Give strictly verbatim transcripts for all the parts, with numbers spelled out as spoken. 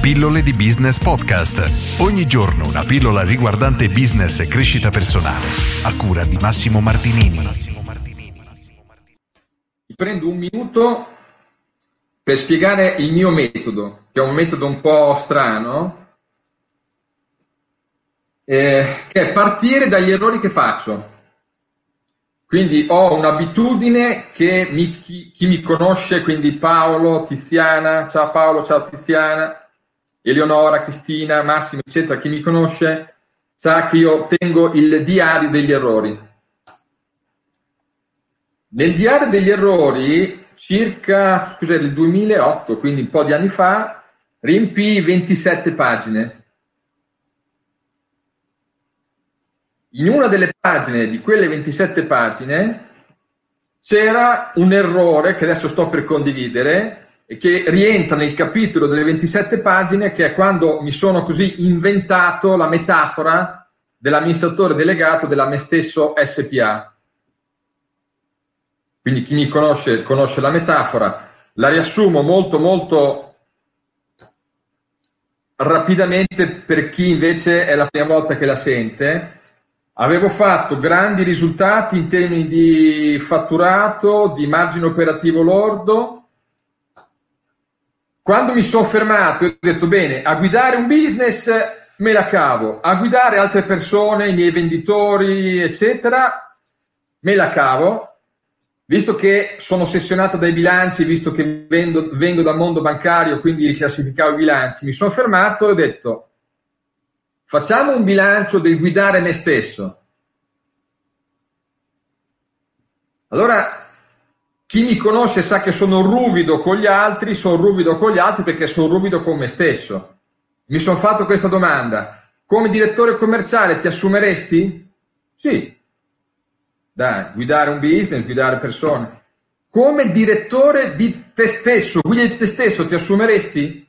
Pillole di Business Podcast. Ogni giorno una pillola riguardante business e crescita personale. A cura di Massimo Martinini. Prendo un minuto per spiegare il mio metodo, che è un metodo un po' strano, eh, che è partire dagli errori che faccio. Quindi ho un'abitudine che mi, chi, chi mi conosce, quindi Paolo, Tiziana, ciao Paolo, ciao Tiziana, Eleonora, Cristina, Massimo, eccetera, chi mi conosce sa che io tengo il diario degli errori. Nel diario degli errori, circa, scusa, il duemilaotto, quindi un po' di anni fa, riempii ventisette pagine. In una delle pagine di quelle ventisette pagine c'era un errore che adesso sto per condividere e che rientra nel capitolo delle ventisette pagine, che è quando mi sono così inventato la metafora dell'amministratore delegato della me stesso S P A. Quindi chi mi conosce conosce la metafora, la riassumo molto molto rapidamente per chi invece è la prima volta che la sente. Avevo fatto grandi risultati in termini di fatturato, di margine operativo lordo. Quando mi sono fermato ho detto bene, a guidare un business me la cavo, a guidare altre persone, i miei venditori, eccetera, me la cavo. Visto che sono ossessionato dai bilanci, visto che vendo, vengo dal mondo bancario, quindi riclassificavo i bilanci, mi sono fermato e ho detto facciamo un bilancio del guidare me stesso. Allora, chi mi conosce sa che sono ruvido con gli altri, sono ruvido con gli altri perché sono ruvido con me stesso. Mi sono fatto questa domanda: come direttore commerciale ti assumeresti? Sì. Dai, guidare un business, guidare persone. Come direttore di te stesso, guida di te stesso, ti assumeresti?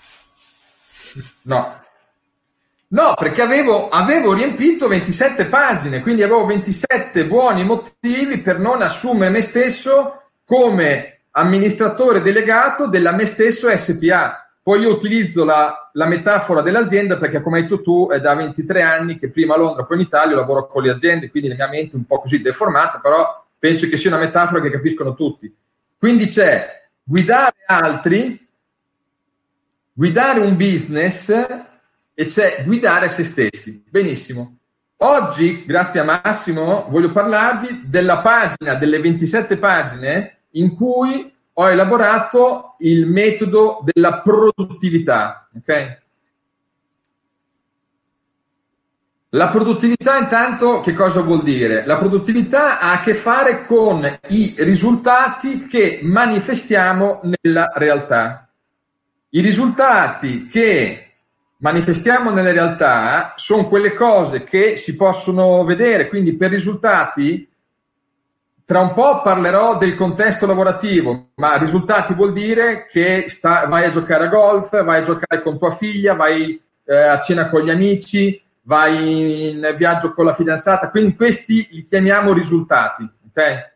No. No, perché avevo, avevo riempito ventisette pagine, quindi avevo ventisette buoni motivi per non assumere me stesso come amministratore delegato della me stesso S P A. Poi io utilizzo la, la metafora dell'azienda perché, come hai detto tu, è da ventitré anni che prima a Londra, poi in Italia lavoro con le aziende, quindi la mia mente è un po' così deformata, però penso che sia una metafora che capiscono tutti. Quindi c'è guidare altri, guidare un business e c'è guidare se stessi. Benissimo. Oggi, grazie a Massimo, voglio parlarvi della pagina, delle ventisette pagine in cui ho elaborato il metodo della produttività, ok? La produttività intanto che cosa vuol dire? La produttività ha a che fare con i risultati che manifestiamo nella realtà. I risultati che manifestiamo nella realtà sono quelle cose che si possono vedere, quindi per risultati tra un po' parlerò del contesto lavorativo, ma risultati vuol dire che sta, vai a giocare a golf, vai a giocare con tua figlia, vai eh, a cena con gli amici, vai in viaggio con la fidanzata, quindi questi li chiamiamo risultati, ok?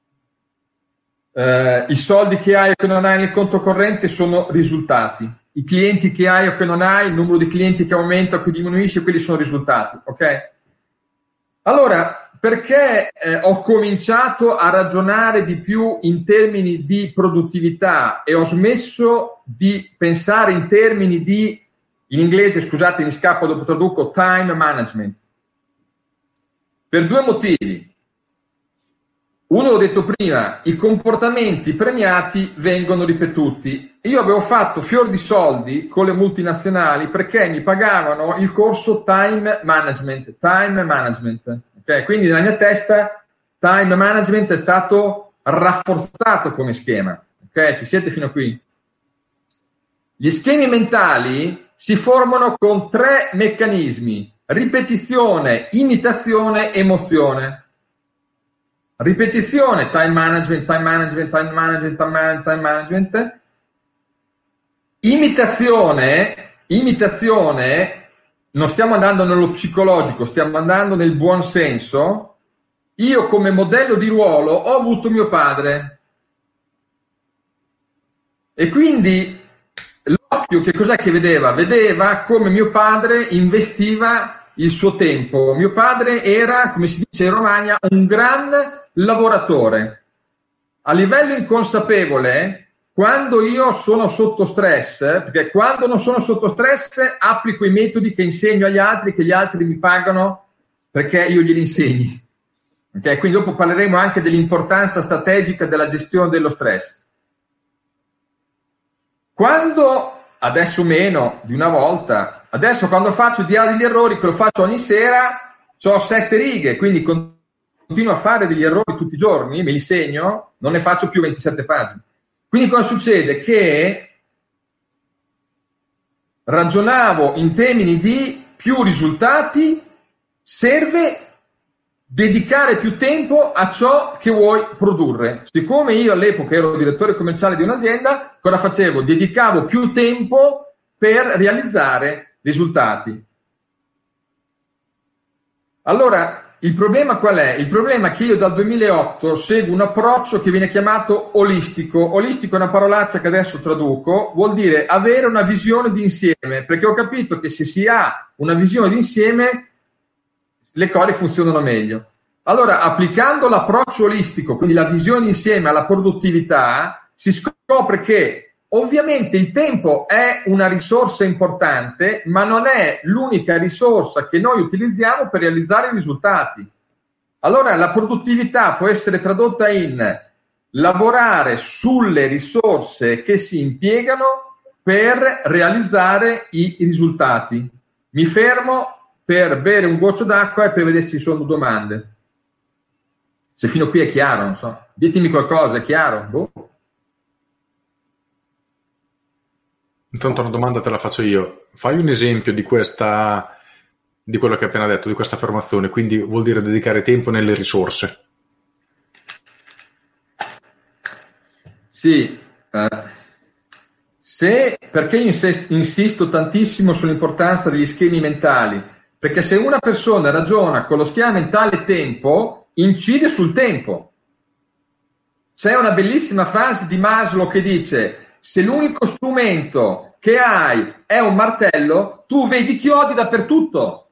Eh, i soldi che hai o che non hai nel conto corrente sono risultati, i clienti che hai o che non hai, il numero di clienti che aumenta o che diminuisce, quelli sono risultati, ok? Allora, perché eh, ho cominciato a ragionare di più in termini di produttività e ho smesso di pensare in termini di, in inglese, scusate, mi scappo, dopo traduco, time management? Per due motivi. Uno, l'ho detto prima, i comportamenti premiati vengono ripetuti. Io avevo fatto fior di soldi con le multinazionali perché mi pagavano il corso time management, time management. Okay, quindi nella mia testa time management è stato rafforzato come schema. Ok, ci siete fino a qui? Gli schemi mentali si formano con tre meccanismi: ripetizione, imitazione, emozione. Ripetizione, time management, time management, time management, time management, time management. Imitazione, imitazione. Non stiamo andando nello psicologico, stiamo andando nel buon senso. Io come modello di ruolo ho avuto mio padre e quindi l'occhio che cos'è che vedeva? Vedeva come mio padre investiva il suo tempo. Mio padre era, come si dice in Romagna, un gran lavoratore. A livello inconsapevole, quando io sono sotto stress, perché quando non sono sotto stress applico i metodi che insegno agli altri, che gli altri mi pagano perché io glieli insegni. Okay? Quindi dopo parleremo anche dell'importanza strategica della gestione dello stress. Quando, adesso meno di una volta, adesso quando faccio diario degli errori, che lo faccio ogni sera, ho sette righe, quindi continuo a fare degli errori tutti i giorni, me li segno, non ne faccio più ventisette pagine. Quindi cosa succede? Che ragionavo in termini di più risultati, serve dedicare più tempo a ciò che vuoi produrre. Siccome io all'epoca ero direttore commerciale di un'azienda, cosa facevo? Dedicavo più tempo per realizzare risultati. Allora, il problema qual è? Il problema è che io dal duemilaotto seguo un approccio che viene chiamato olistico. Olistico è una parolaccia che adesso traduco, vuol dire avere una visione d'insieme, perché ho capito che se si ha una visione d'insieme le cose funzionano meglio. Allora, applicando l'approccio olistico, quindi la visione insieme alla produttività, si scopre che ovviamente il tempo è una risorsa importante, ma non è l'unica risorsa che noi utilizziamo per realizzare i risultati. Allora, la produttività può essere tradotta in lavorare sulle risorse che si impiegano per realizzare i risultati. Mi fermo per bere un goccio d'acqua e per vedere se ci sono domande. Se fino qui è chiaro, non so. Ditemi qualcosa, è chiaro? Boh. Intanto una domanda te la faccio io. Fai un esempio di questa, di quello che hai appena detto, di questa affermazione, quindi vuol dire dedicare tempo nelle risorse. Sì, eh, se, perché io insisto tantissimo sull'importanza degli schemi mentali, perché se una persona ragiona con lo schema mentale tempo, incide sul tempo. C'è una bellissima frase di Maslow che dice: se l'unico strumento che hai è un martello, tu vedi chiodi dappertutto.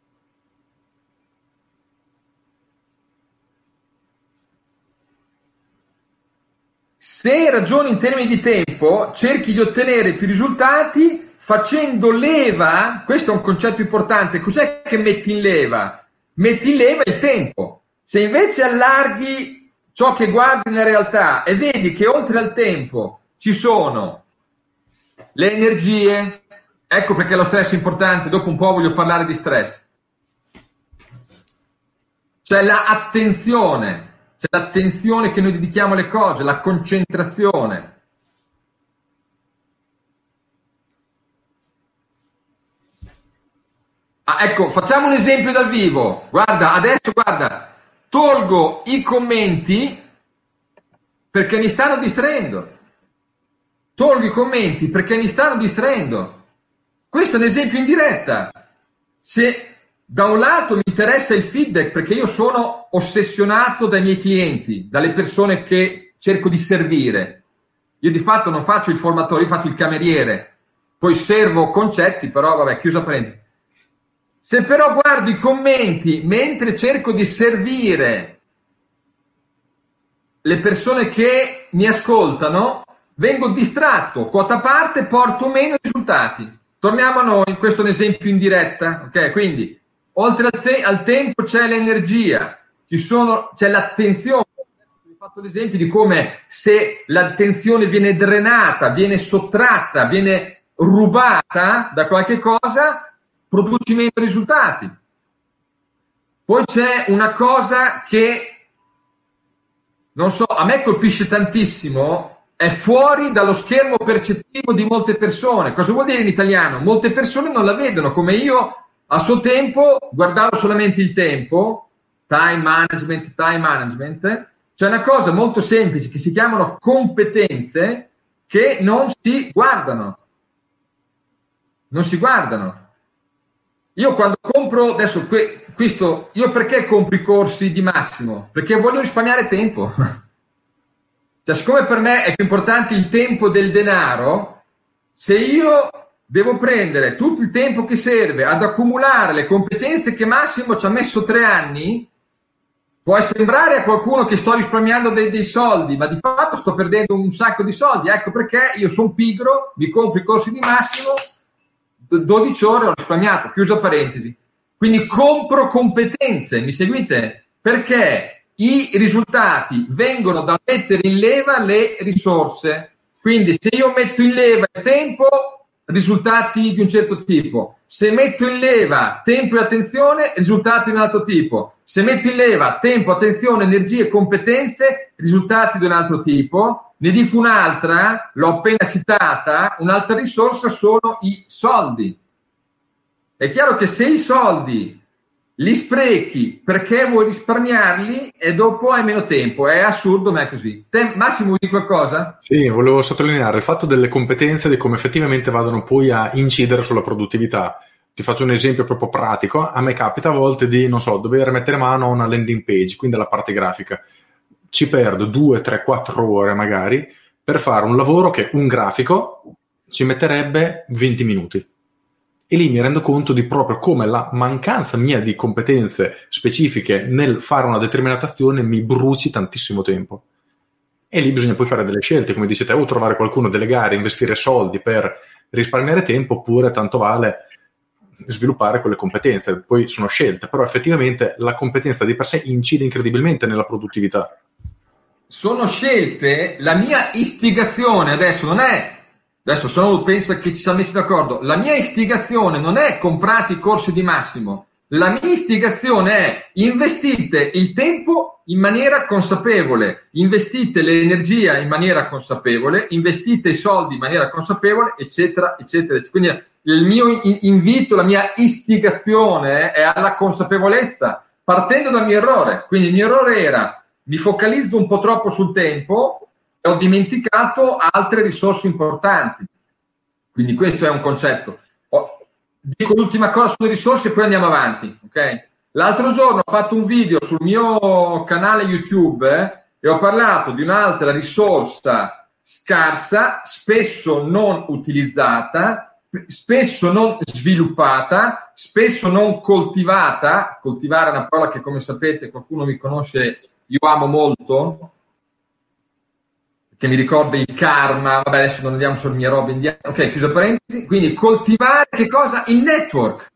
Se ragioni in termini di tempo, cerchi di ottenere più risultati facendo leva, questo è un concetto importante, cos'è che metti in leva? Metti in leva il tempo. Se invece allarghi ciò che guardi nella realtà e vedi che oltre al tempo ci sono le energie, ecco perché lo stress è importante, dopo un po' voglio parlare di stress. C'è l'attenzione, c'è l'attenzione che noi dedichiamo alle cose, la concentrazione. Ah, ecco, facciamo un esempio dal vivo. Guarda, adesso guarda, tolgo i commenti perché mi stanno distraendo. Tolgo i commenti perché mi stanno distraendo. Questo è un esempio in diretta. Se da un lato mi interessa il feedback perché io sono ossessionato dai miei clienti, dalle persone che cerco di servire. Io di fatto non faccio il formatore, io faccio il cameriere. Poi servo concetti, però vabbè, chiusa parentesi. Se però guardo i commenti mentre cerco di servire le persone che mi ascoltano, vengo distratto, quota parte, porto meno risultati. Torniamo a noi, questo è un esempio in diretta, ok? Quindi, oltre al, te- al tempo c'è l'energia, ci sono, c'è l'attenzione. Vi ho fatto l'esempio di come se l'attenzione viene drenata, viene sottratta, viene rubata da qualche cosa, produci meno risultati. Poi c'è una cosa che, non so, a me colpisce tantissimo, è fuori dallo schermo percettivo di molte persone. Cosa vuol dire in italiano? Molte persone non la vedono, come io a suo tempo guardavo solamente il tempo, time management, time management. C'è una cosa molto semplice che si chiamano competenze che non si guardano. Non si guardano. Io quando compro, adesso questo, io perché compro i corsi di Massimo? Perché voglio risparmiare tempo. Cioè, siccome per me è più importante il tempo del denaro, Se io devo prendere tutto il tempo che serve ad accumulare le competenze che Massimo ci ha messo tre anni, può sembrare a qualcuno che sto risparmiando dei, dei soldi, ma di fatto sto perdendo un sacco di soldi. Ecco perché io sono pigro, mi compro i corsi di Massimo, dodici ore ho risparmiato, chiusa parentesi. Quindi compro competenze, mi seguite? Perché i risultati vengono da mettere in leva le risorse. Quindi se io metto in leva il tempo, risultati di un certo tipo. Se metto in leva tempo e attenzione, risultati di un altro tipo. Se metto in leva tempo, attenzione, energie e competenze, risultati di un altro tipo. Ne dico un'altra, l'ho appena citata, un'altra risorsa sono i soldi. È chiaro che se i soldi li sprechi perché vuoi risparmiarli e dopo hai meno tempo, è assurdo, ma è così. Te, Massimo, vuoi dire qualcosa? Sì, volevo sottolineare il fatto delle competenze, di come effettivamente vadano poi a incidere sulla produttività. Ti faccio un esempio proprio pratico. A me capita a volte di, non so, dover mettere mano a una landing page, quindi alla parte grafica. Ci perdo due, tre, quattro ore magari per fare un lavoro che un grafico ci metterebbe venti minuti. E lì mi rendo conto di proprio come la mancanza mia di competenze specifiche nel fare una determinata azione mi bruci tantissimo tempo. E lì bisogna poi fare delle scelte, come dice te, o trovare qualcuno, delegare, investire soldi per risparmiare tempo, oppure tanto vale sviluppare quelle competenze. Poi sono scelte, però effettivamente la competenza di per sé incide incredibilmente nella produttività. Sono scelte, la mia istigazione adesso non è Adesso se uno pensa che ci siamo messi d'accordo, la mia istigazione non è comprate i corsi di Massimo, la mia istigazione è investite il tempo in maniera consapevole, investite l'energia in maniera consapevole, investite i soldi in maniera consapevole, eccetera, eccetera. Quindi il mio invito, la mia istigazione è alla consapevolezza, partendo dal mio errore. Quindi il mio errore era, mi focalizzo un po' troppo sul tempo, ho dimenticato altre risorse importanti. Quindi questo è un concetto. Ho, dico l'ultima cosa sulle risorse e poi andiamo avanti. Okay? L'altro giorno ho fatto un video sul mio canale YouTube eh, e ho parlato di un'altra risorsa scarsa, spesso non utilizzata, spesso non sviluppata, spesso non coltivata. Coltivare è una parola che, come sapete, qualcuno mi conosce, io amo molto, che mi ricorda il karma. Vabbè, adesso non andiamo sulle mie robe indiane. Ok, chiusa parentesi. Quindi coltivare che cosa? Il network.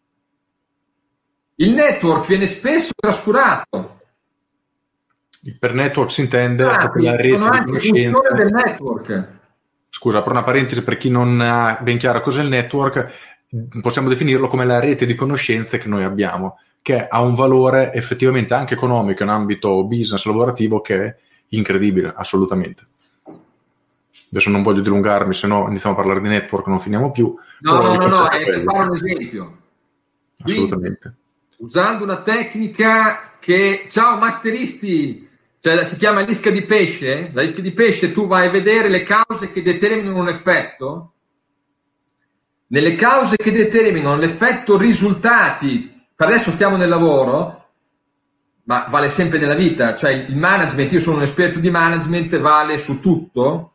Il network viene spesso trascurato. Per network si intende ah, proprio la rete di conoscenze. Del network. Scusa, per una parentesi, per chi non ha ben chiaro cos'è il network, possiamo definirlo come la rete di conoscenze che noi abbiamo, che ha un valore effettivamente anche economico in ambito business lavorativo che è incredibile, assolutamente. Adesso non voglio dilungarmi, se no iniziamo a parlare di network, non finiamo più. No, no, no, no, è per fare un esempio. Assolutamente. Quindi, usando una tecnica che, ciao masteristi, cioè si chiama l'isca di pesce. La isca di pesce, tu vai a vedere le cause che determinano un effetto. Nelle cause che determinano l'effetto risultati, per adesso stiamo nel lavoro, ma vale sempre nella vita, cioè il management, io sono un esperto di management, vale su tutto.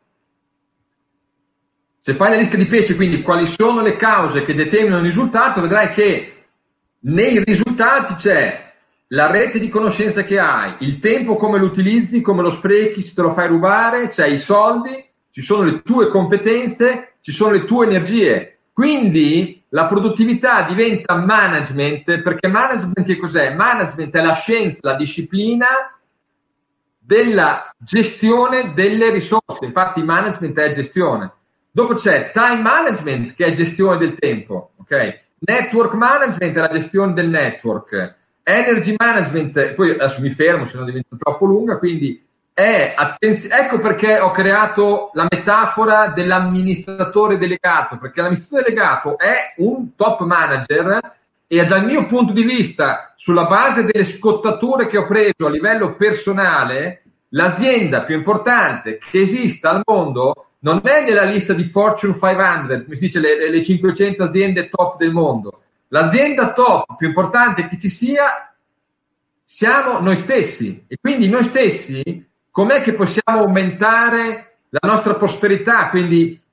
Se fai la lista di pesce, quindi quali sono le cause che determinano il risultato, vedrai che nei risultati c'è la rete di conoscenza che hai, il tempo come lo utilizzi, come lo sprechi, se te lo fai rubare, c'è i soldi, ci sono le tue competenze, ci sono le tue energie. Quindi la produttività diventa management, perché management che cos'è? Management è la scienza, la disciplina della gestione delle risorse. Infatti management è gestione. Dopo c'è time management, che è gestione del tempo, ok? Network management è la gestione del network. Energy management, poi adesso mi fermo se non diventa troppo lunga, quindi è attenzione. Ecco perché ho creato la metafora dell'amministratore delegato, perché l'amministratore delegato è un top manager e dal mio punto di vista, sulla base delle scottature che ho preso a livello personale, l'azienda più importante che esista al mondo non è nella lista di Fortune cinquecento, come si dice, le, le cinquecento aziende top del mondo. L'azienda top più importante che ci sia siamo noi stessi. E quindi noi stessi, com'è che possiamo aumentare la nostra prosperità? Quindi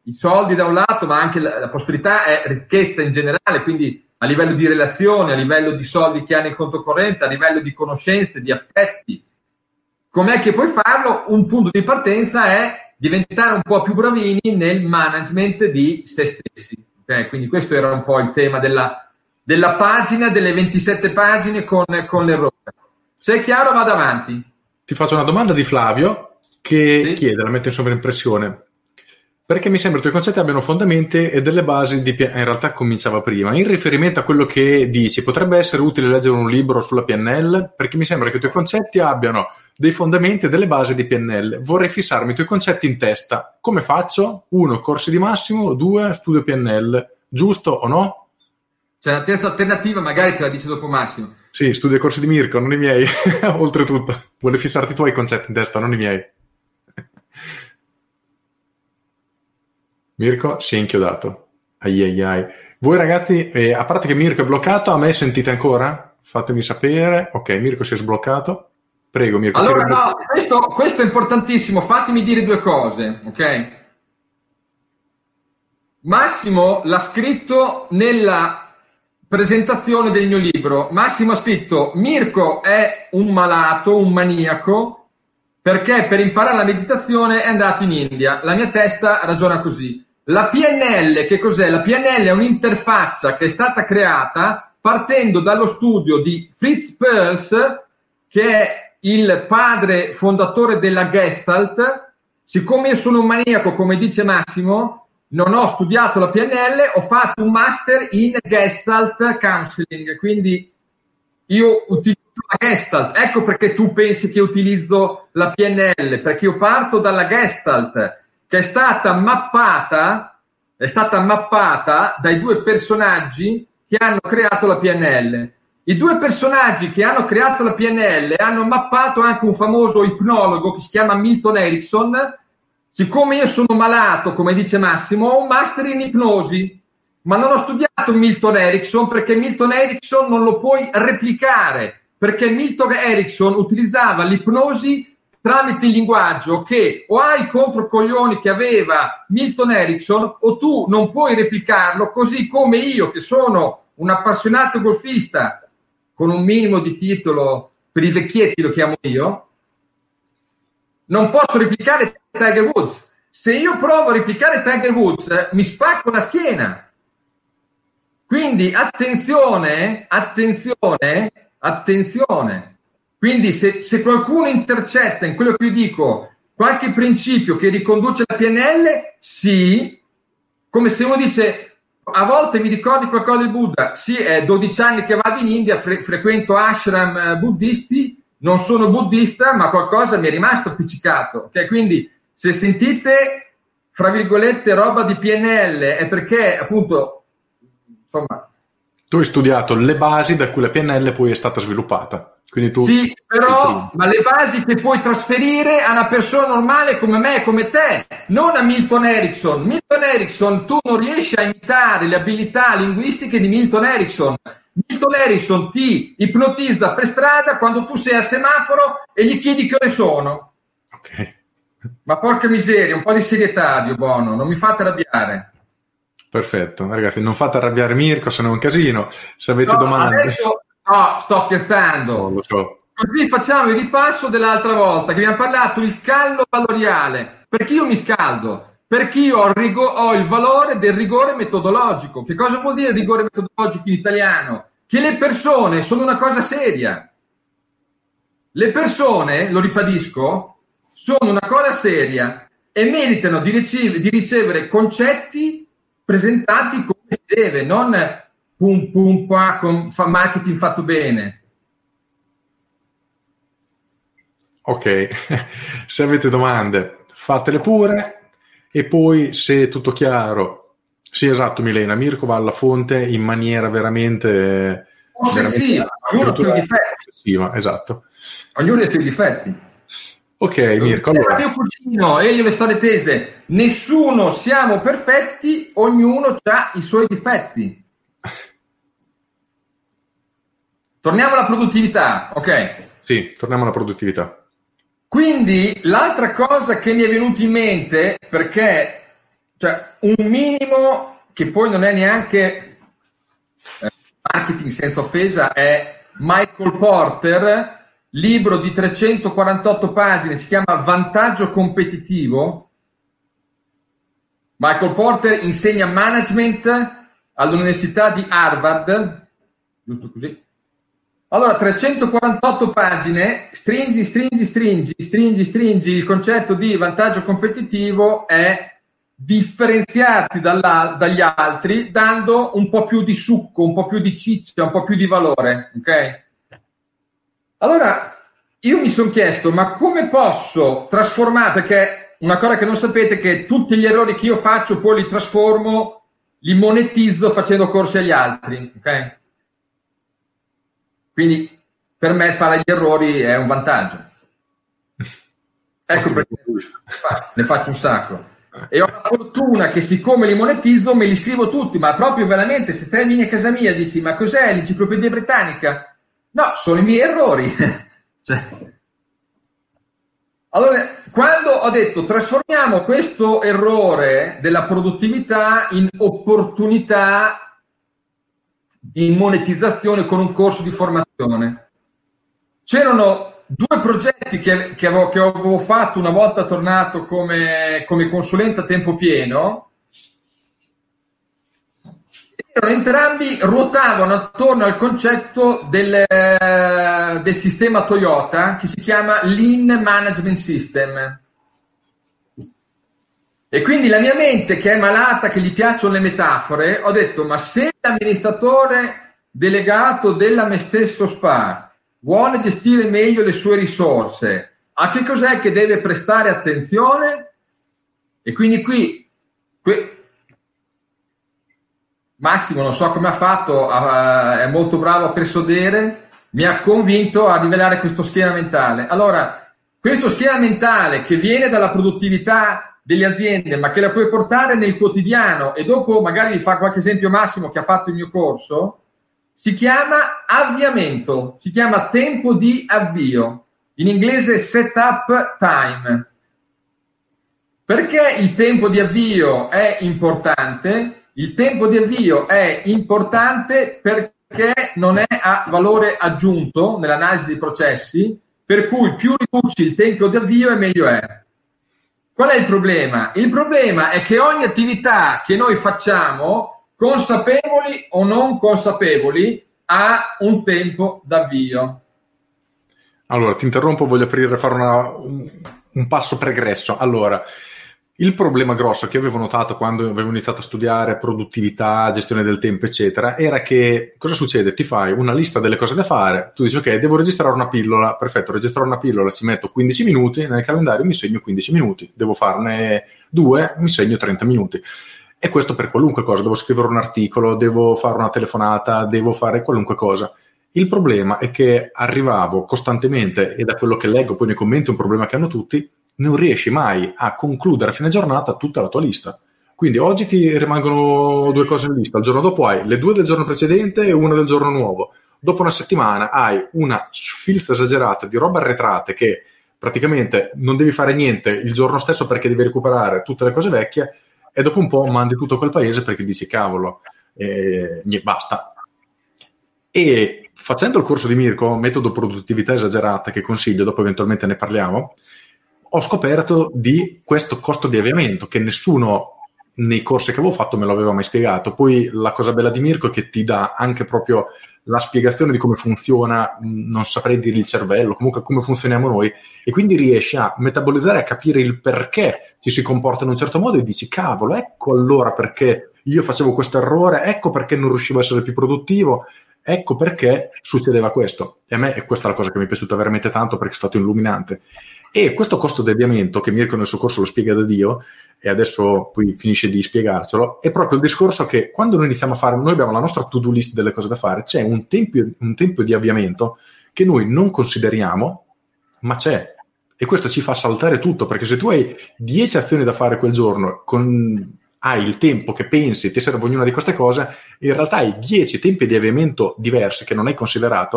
i soldi da un lato, ma anche la, la prosperità è ricchezza in generale, quindi a livello di relazioni, a livello di soldi che hanno in conto corrente, a livello di conoscenze, di affetti. Com'è che puoi farlo? Un punto di partenza è diventare un po' più bravini nel management di se stessi. Okay? Quindi questo era un po' il tema della, della pagina, delle ventisette pagine con, con l'errore. Se è chiaro, vado avanti. Ti faccio una domanda di Flavio che sì? chiede, la metto in sovraimpressione. Perché mi sembra che i tuoi concetti abbiano fondamenti e delle basi di P N L. In realtà cominciava prima. In riferimento a quello che dici, potrebbe essere utile leggere un libro sulla P N L? Perché mi sembra che i tuoi concetti abbiano dei fondamenti e delle basi di P N L. Vorrei fissarmi i tuoi concetti in testa. Come faccio? Uno, corsi di Massimo. Due, studio P N L. Giusto o no? C'è una terza alternativa, magari te la dice dopo Massimo. Sì, studio i corsi di Mirko, non i miei. Oltretutto. Vuole fissarti i tuoi concetti in testa, non i miei. Mirko si è inchiodato. Ai ai ai. Voi ragazzi, eh, a parte che Mirko è bloccato, a me sentite ancora? Fatemi sapere. Ok, Mirko si è sbloccato. Prego Mirko. Allora no, questo, questo è importantissimo. Fatemi dire due cose, ok? Massimo l'ha scritto nella presentazione del mio libro. Massimo ha scritto: Mirko è un malato, un maniaco, perché per imparare la meditazione è andato in India. La mia testa ragiona così. La P N L, che cos'è? La P N L è un'interfaccia che è stata creata partendo dallo studio di Fritz Perls, che è il padre fondatore della Gestalt. Siccome io sono un maniaco, come dice Massimo, non ho studiato la P N L, ho fatto un master in Gestalt Counseling, quindi io utilizzo la Gestalt. Ecco perché tu pensi che utilizzo la P N L, perché io parto dalla Gestalt, che è stata mappata, è stata mappata dai due personaggi che hanno creato la P N L. I due personaggi che hanno creato la P N L hanno mappato anche un famoso ipnologo che si chiama Milton Erickson. Siccome io sono malato, come dice Massimo, ho un master in ipnosi, ma non ho studiato Milton Erickson perché Milton Erickson non lo puoi replicare, perché Milton Erickson utilizzava l'ipnosi tramite il linguaggio che o hai i controcoglioni che aveva Milton Erickson o tu non puoi replicarlo, così come io che sono un appassionato golfista con un minimo di titolo, per i vecchietti lo chiamo io, non posso replicare Tiger Woods. Se io provo a replicare Tiger Woods mi spacco la schiena. Quindi attenzione, attenzione, attenzione. Quindi se, se qualcuno intercetta in quello che io dico qualche principio che riconduce alla P N L, sì, come se uno dice a volte mi ricordi qualcosa del Buddha, sì, è dodici anni che vado in India, fre- frequento ashram buddisti, non sono buddista, ma qualcosa mi è rimasto appiccicato, ok? Quindi se sentite, fra virgolette, roba di P N L è perché appunto, insomma... Tu hai studiato le basi da cui la P N L poi è stata sviluppata. Quindi tu sì, però ma le basi che puoi trasferire a una persona normale come me e come te, non a Milton Erickson. Milton Erickson, tu non riesci a imitare le abilità linguistiche di Milton Erickson. Milton Erickson ti ipnotizza per strada quando tu sei al semaforo e gli chiedi che ore sono. Ok. Ma porca miseria, un po' di serietà, Dio buono, non mi fate arrabbiare. Perfetto, ragazzi, non fate arrabbiare Mirko, se no è un casino. Se avete no, domande... Adesso... No, sto scherzando. No, lo so. Così facciamo il ripasso dell'altra volta che abbiamo parlato il callo valoriale. Perché io mi scaldo? Perché io ho il, rigo- ho il valore del rigore metodologico. Che cosa vuol dire rigore metodologico in italiano? Che le persone sono una cosa seria. Le persone, lo ribadisco, sono una cosa seria e meritano di, ricev- di ricevere concetti presentati come si deve, non pum pum qua con fa marketing fatto bene. Ok, se avete domande fatele pure e poi se è tutto chiaro, sì esatto Milena, Mirko va alla fonte in maniera veramente ossessiva, ognuno ha i suoi difetti. Esatto. Ognuno ha i suoi difetti. Ok Mirko, allora. Mio cugino e io le storie tese, nessuno siamo perfetti, ognuno ha i suoi difetti. Torniamo alla produttività, ok? Sì, torniamo alla produttività. Quindi l'altra cosa che mi è venuta in mente, perché cioè un minimo che poi non è neanche eh, marketing senza offesa, è Michael Porter, libro di trecentoquarantotto pagine, si chiama Vantaggio competitivo. Michael Porter insegna management all'Università di Harvard, giusto così. Allora, trecentoquarantotto pagine, stringi, stringi, stringi, stringi, stringi, il concetto di vantaggio competitivo è differenziarti dalla, dagli altri dando un po' più di succo, un po' più di ciccia, un po' più di valore, ok? Allora, io mi sono chiesto, ma come posso trasformare, perché una cosa che non sapete è che tutti gli errori che io faccio poi li trasformo, li monetizzo facendo corsi agli altri, ok? Quindi per me fare gli errori è un vantaggio. Ecco perché ne faccio un sacco. E ho la fortuna che siccome li monetizzo me li scrivo tutti, ma proprio veramente se te vieni a casa mia e dici ma cos'è l'enciclopedia britannica? No, sono i miei errori. Cioè. Allora, quando ho detto trasformiamo questo errore della produttività in opportunità di monetizzazione con un corso di formazione, c'erano due progetti che, che, avevo, che avevo fatto una volta tornato come, come consulente a tempo pieno. Erano entrambi, ruotavano attorno al concetto del, del sistema Toyota che si chiama Lean Management System. E quindi la mia mente, che è malata, che gli piacciono le metafore, ho detto, ma se l'amministratore delegato della me stesso Spa vuole gestire meglio le sue risorse, a che cos'è che deve prestare attenzione? E quindi qui, qui Massimo, non so come ha fatto, uh, è molto bravo a persuadere, mi ha convinto a rivelare questo schema mentale. Allora, questo schema mentale che viene dalla produttività delle aziende, ma che la puoi portare nel quotidiano, e dopo magari vi fa qualche esempio Massimo che ha fatto il mio corso, si chiama avviamento, si chiama tempo di avvio, in inglese setup time. Perché il tempo di avvio è importante? Il tempo di avvio è importante perché non è a valore aggiunto nell'analisi dei processi, per cui più riduci il tempo di avvio e meglio è. Qual è il problema? Il problema è che ogni attività che noi facciamo, consapevoli o non consapevoli, ha un tempo d'avvio. Allora, ti interrompo, voglio aprire, fare una, un, un passo pregresso. Allora, il problema grosso che avevo notato quando avevo iniziato a studiare produttività, gestione del tempo, eccetera, era che cosa succede? Ti fai una lista delle cose da fare, tu dici ok, devo registrare una pillola, perfetto, registrare una pillola, ci metto quindici minuti, nel calendario mi segno quindici minuti, devo farne due, mi segno trenta minuti. E questo per qualunque cosa, devo scrivere un articolo, devo fare una telefonata, devo fare qualunque cosa. Il problema è che arrivavo costantemente, e da quello che leggo poi nei commenti è un problema che hanno tutti, non riesci mai a concludere a fine giornata tutta la tua lista. Quindi oggi ti rimangono due cose in lista, il giorno dopo hai le due del giorno precedente e una del giorno nuovo. Dopo una settimana hai una sfilza esagerata di roba arretrate che praticamente non devi fare niente il giorno stesso perché devi recuperare tutte le cose vecchie, e dopo un po' mandi tutto a quel paese perché dici cavolo, eh, niente, basta. E facendo il corso di Mirko, metodo produttività esagerata, che consiglio, dopo eventualmente ne parliamo, ho scoperto di questo costo di avviamento che nessuno nei corsi che avevo fatto me lo aveva mai spiegato. Poi la cosa bella di Mirko è che ti dà anche proprio la spiegazione di come funziona, non saprei dire il cervello, comunque come funzioniamo noi, e quindi riesci a metabolizzare, a capire il perché ci si comporta in un certo modo e dici cavolo, ecco allora perché io facevo questo errore, ecco perché non riuscivo a essere più produttivo, ecco perché succedeva questo. E a me è questa la cosa che mi è piaciuta veramente tanto, perché è stato illuminante. E questo costo di avviamento, che Mirko nel suo corso lo spiega da Dio, e adesso poi finisce di spiegarcelo, è proprio il discorso che quando noi iniziamo a fare, noi abbiamo la nostra to-do list delle cose da fare, c'è un tempo, un tempo di avviamento che noi non consideriamo, ma c'è. E questo ci fa saltare tutto, perché se tu hai dieci azioni da fare quel giorno, con, hai il tempo che pensi, ti serve ognuna di queste cose, in realtà hai dieci tempi di avviamento diversi che non hai considerato,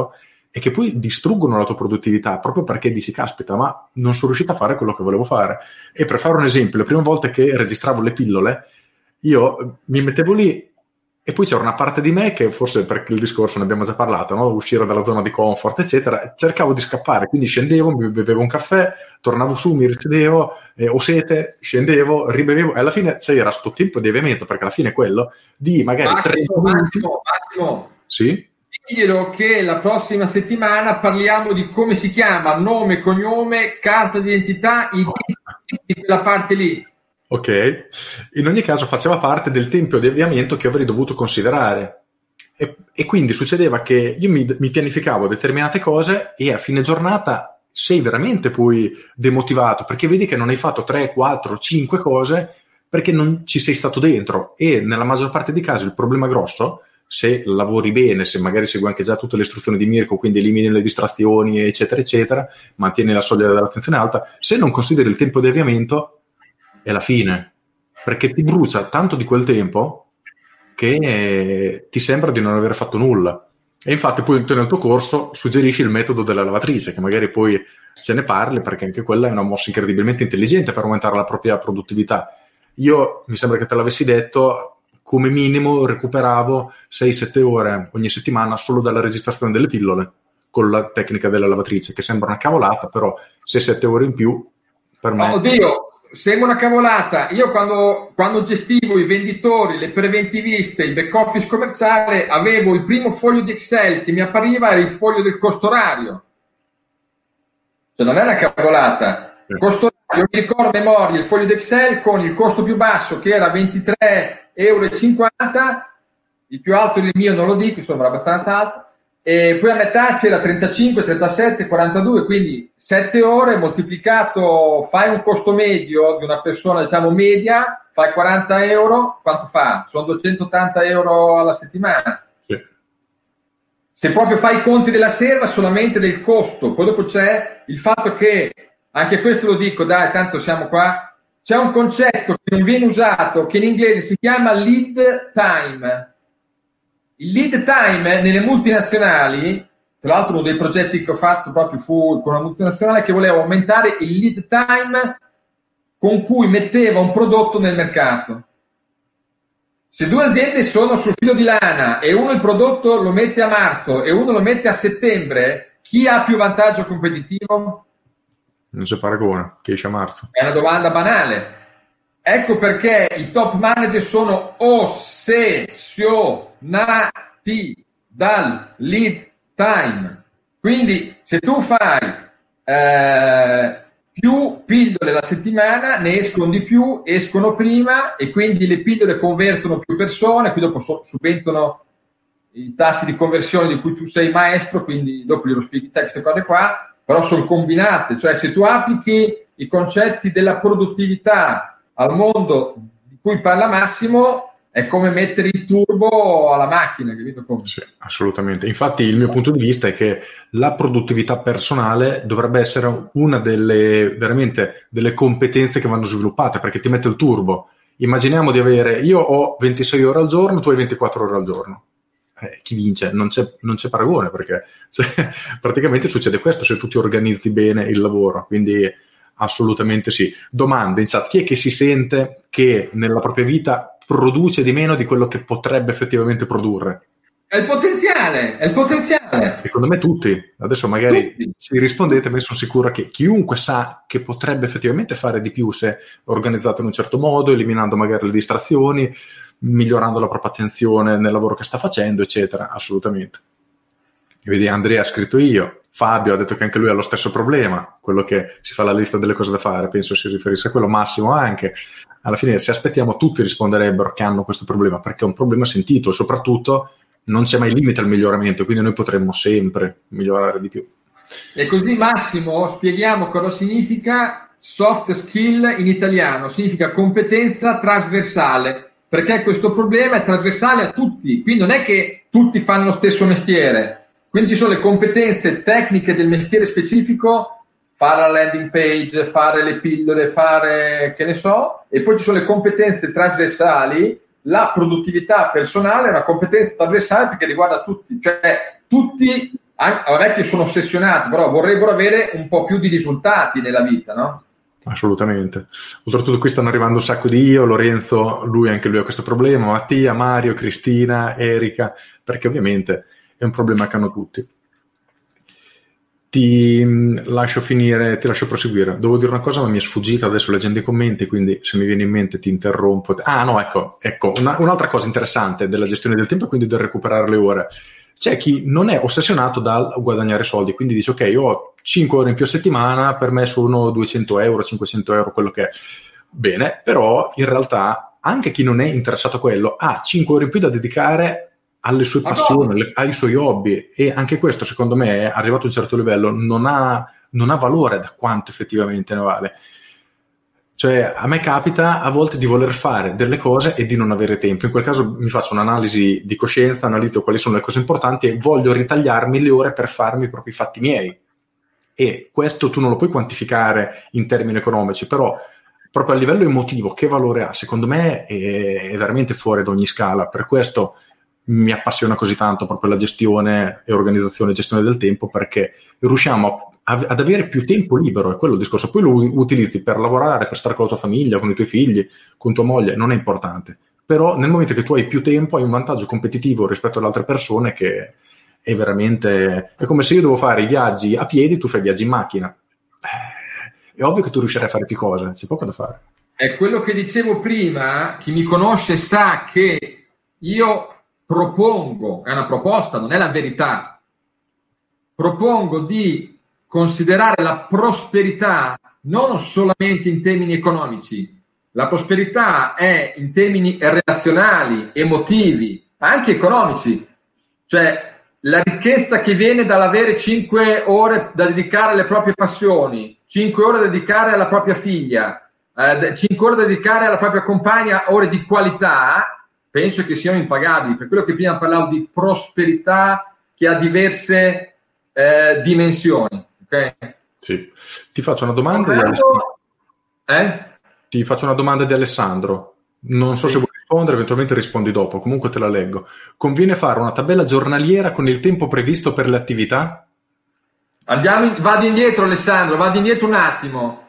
e che poi distruggono la tua produttività proprio perché dici caspita, ma non sono riuscito a fare quello che volevo fare. E per fare un esempio, le prime volte che registravo le pillole io mi mettevo lì e poi c'era una parte di me che, forse perché il discorso ne abbiamo già parlato, no? Uscire dalla zona di comfort eccetera, cercavo di scappare, quindi scendevo, mi bevevo un caffè, tornavo su, mi ricedevo, eh, ho sete, scendevo, ribevevo, e alla fine c'era sto tempo di avviamento, perché alla fine è quello di magari Massimo, Massimo, Massimo, sì? Diglielo che la prossima settimana parliamo di come si chiama, nome, cognome, carta d'identità, di quella parte lì. Ok, in ogni caso faceva parte del tempo di avviamento che avrei dovuto considerare e, e quindi succedeva che io mi, mi pianificavo determinate cose e a fine giornata sei veramente poi demotivato perché vedi che non hai fatto tre, quattro, cinque cose perché non ci sei stato dentro, e nella maggior parte dei casi il problema grosso, se lavori bene, se magari segui anche già tutte le istruzioni di Mirko, quindi elimini le distrazioni eccetera eccetera, mantieni la soglia dell'attenzione alta, se non consideri il tempo di avviamento è la fine, perché ti brucia tanto di quel tempo che ti sembra di non aver fatto nulla. E infatti poi nel tuo corso suggerisci il metodo della lavatrice, che magari poi ce ne parli, perché anche quella è una mossa incredibilmente intelligente per aumentare la propria produttività. Io, mi sembra che te l'avessi detto, come minimo recuperavo sei sette ore ogni settimana solo dalla registrazione delle pillole con la tecnica della lavatrice, che sembra una cavolata, però sei sette ore in più per me... Oh, oddio! Sembra una cavolata. Io quando, quando gestivo i venditori, le preventiviste, il back office commerciale, avevo il primo foglio di Excel che mi appariva, era il foglio del costo orario. Cioè non è una cavolata. Il costo orario, mi ricordo a memoria il foglio di Excel con il costo più basso che era ventitré virgola cinquanta euro, il più alto del mio non lo dico, insomma era abbastanza alto. E poi a metà c'era trentacinque, trentasette, quarantadue, quindi sette ore moltiplicato, fai un costo medio di una persona diciamo media, fai quaranta euro, quanto fa? Sono duecentottanta euro alla settimana. Sì. Se proprio fai i conti della serva solamente del costo, poi dopo c'è il fatto che, anche questo lo dico, dai, tanto siamo qua, c'è un concetto che non viene usato, che in inglese si chiama lead time. Il lead time nelle multinazionali, tra l'altro uno dei progetti che ho fatto proprio fu con una multinazionale che voleva aumentare il lead time con cui metteva un prodotto nel mercato. Se due aziende sono sul filo di lana e uno il prodotto lo mette a marzo e uno lo mette a settembre, chi ha più vantaggio competitivo? Non c'è paragone, che esce a marzo. È una domanda banale. Ecco perché i top manager sono ossessionati dal lead time. Quindi se tu fai eh, più pillole alla settimana, ne escono di più, escono prima e quindi le pillole convertono più persone, qui dopo subentrano i tassi di conversione di cui tu sei maestro, quindi dopo glielo spieghi te queste cose qua, però sono combinate, cioè se tu applichi i concetti della produttività al mondo di cui parla Massimo, è come mettere il turbo alla macchina, capito come? Sì, assolutamente. Infatti il mio punto di vista è che la produttività personale dovrebbe essere una delle veramente delle competenze che vanno sviluppate, perché ti mette il turbo. Immaginiamo di avere, io ho ventisei ore al giorno, tu hai ventiquattro ore al giorno. Eh, chi vince? Non c'è, non c'è paragone, perché cioè, praticamente succede questo se tu ti organizzi bene il lavoro, quindi assolutamente sì. Domande in chat: chi è che si sente che nella propria vita produce di meno di quello che potrebbe effettivamente produrre? È il potenziale, è il potenziale. Secondo me tutti. Adesso magari tutti. Se rispondete, ma sono sicuro che chiunque sa che potrebbe effettivamente fare di più se organizzato in un certo modo, eliminando magari le distrazioni, migliorando la propria attenzione nel lavoro che sta facendo, eccetera. Assolutamente. Vedi, Andrea ha scritto io. Fabio ha detto che anche lui ha lo stesso problema, quello che si fa la lista delle cose da fare, penso si riferisse a quello. Massimo anche. Alla fine, se aspettiamo, tutti risponderebbero che hanno questo problema, perché è un problema sentito e soprattutto non c'è mai limite al miglioramento, quindi noi potremmo sempre migliorare di più. E così, Massimo, spieghiamo cosa significa soft skill in italiano. Significa competenza trasversale, perché questo problema è trasversale a tutti, quindi non è che tutti fanno lo stesso mestiere. Quindi ci sono le competenze tecniche del mestiere specifico, fare la landing page, fare le pillole, fare che ne so, e poi ci sono le competenze trasversali. La produttività personale è una competenza trasversale perché riguarda tutti, cioè tutti vabbè che sono ossessionato, però vorrebbero avere un po' più di risultati nella vita, no? Assolutamente. Oltretutto qui stanno arrivando un sacco di io, Lorenzo, lui anche lui ha questo problema, Mattia, Mario, Cristina, Erika, perché ovviamente è un problema che hanno tutti. Ti lascio finire, ti lascio proseguire. Devo dire una cosa, ma mi è sfuggita adesso leggendo i commenti, quindi se mi viene in mente ti interrompo. Ah no, ecco, ecco una, un'altra cosa interessante della gestione del tempo e quindi del recuperare le ore. C'è chi non è ossessionato dal guadagnare soldi, quindi dice ok, io ho cinque ore in più a settimana, per me sono duecento euro, cinquecento euro, quello che è. Bene, però in realtà anche chi non è interessato a quello ha cinque ore in più da dedicare alle sue passioni, alle, ai suoi hobby, e anche questo secondo me, arrivato a un certo livello, non ha, non ha valore da quanto effettivamente ne vale. Cioè a me capita a volte di voler fare delle cose e di non avere tempo. In quel caso mi faccio un'analisi di coscienza, analizzo quali sono le cose importanti e voglio ritagliarmi le ore per farmi i propri fatti miei. E questo tu non lo puoi quantificare in termini economici, però proprio a livello emotivo che valore ha? Secondo me è, è veramente fuori da ogni scala. Per questo mi appassiona così tanto proprio la gestione e organizzazione e gestione del tempo, perché riusciamo a, ad avere più tempo libero, è quello il discorso. Poi lo utilizzi per lavorare, per stare con la tua famiglia, con i tuoi figli, con tua moglie, non è importante, però nel momento che tu hai più tempo hai un vantaggio competitivo rispetto alle altre persone che è veramente, è come se io devo fare i viaggi a piedi, tu fai viaggi in macchina, eh, è ovvio che tu riuscirai a fare più cose, c'è poco da fare. È quello che dicevo prima, chi mi conosce sa che io propongo, è una proposta, non è la verità, propongo di considerare la prosperità non solamente in termini economici, la prosperità è in termini relazionali, emotivi, anche economici, cioè la ricchezza che viene dall'avere cinque ore da dedicare alle proprie passioni, cinque ore da dedicare alla propria figlia, eh, cinque ore da dedicare alla propria compagna, ore di qualità, penso che siano impagabili. Per quello che prima parlavo di prosperità che ha diverse eh, dimensioni. Okay? Sì. Ti faccio una domanda Corretto, di Alessandro. Eh? Ti faccio una domanda di Alessandro. Non so sì. se vuoi rispondere, eventualmente rispondi dopo, comunque te la leggo. Conviene fare una tabella giornaliera con il tempo previsto per le attività? Andiamo in, vado indietro Alessandro, vado indietro un attimo.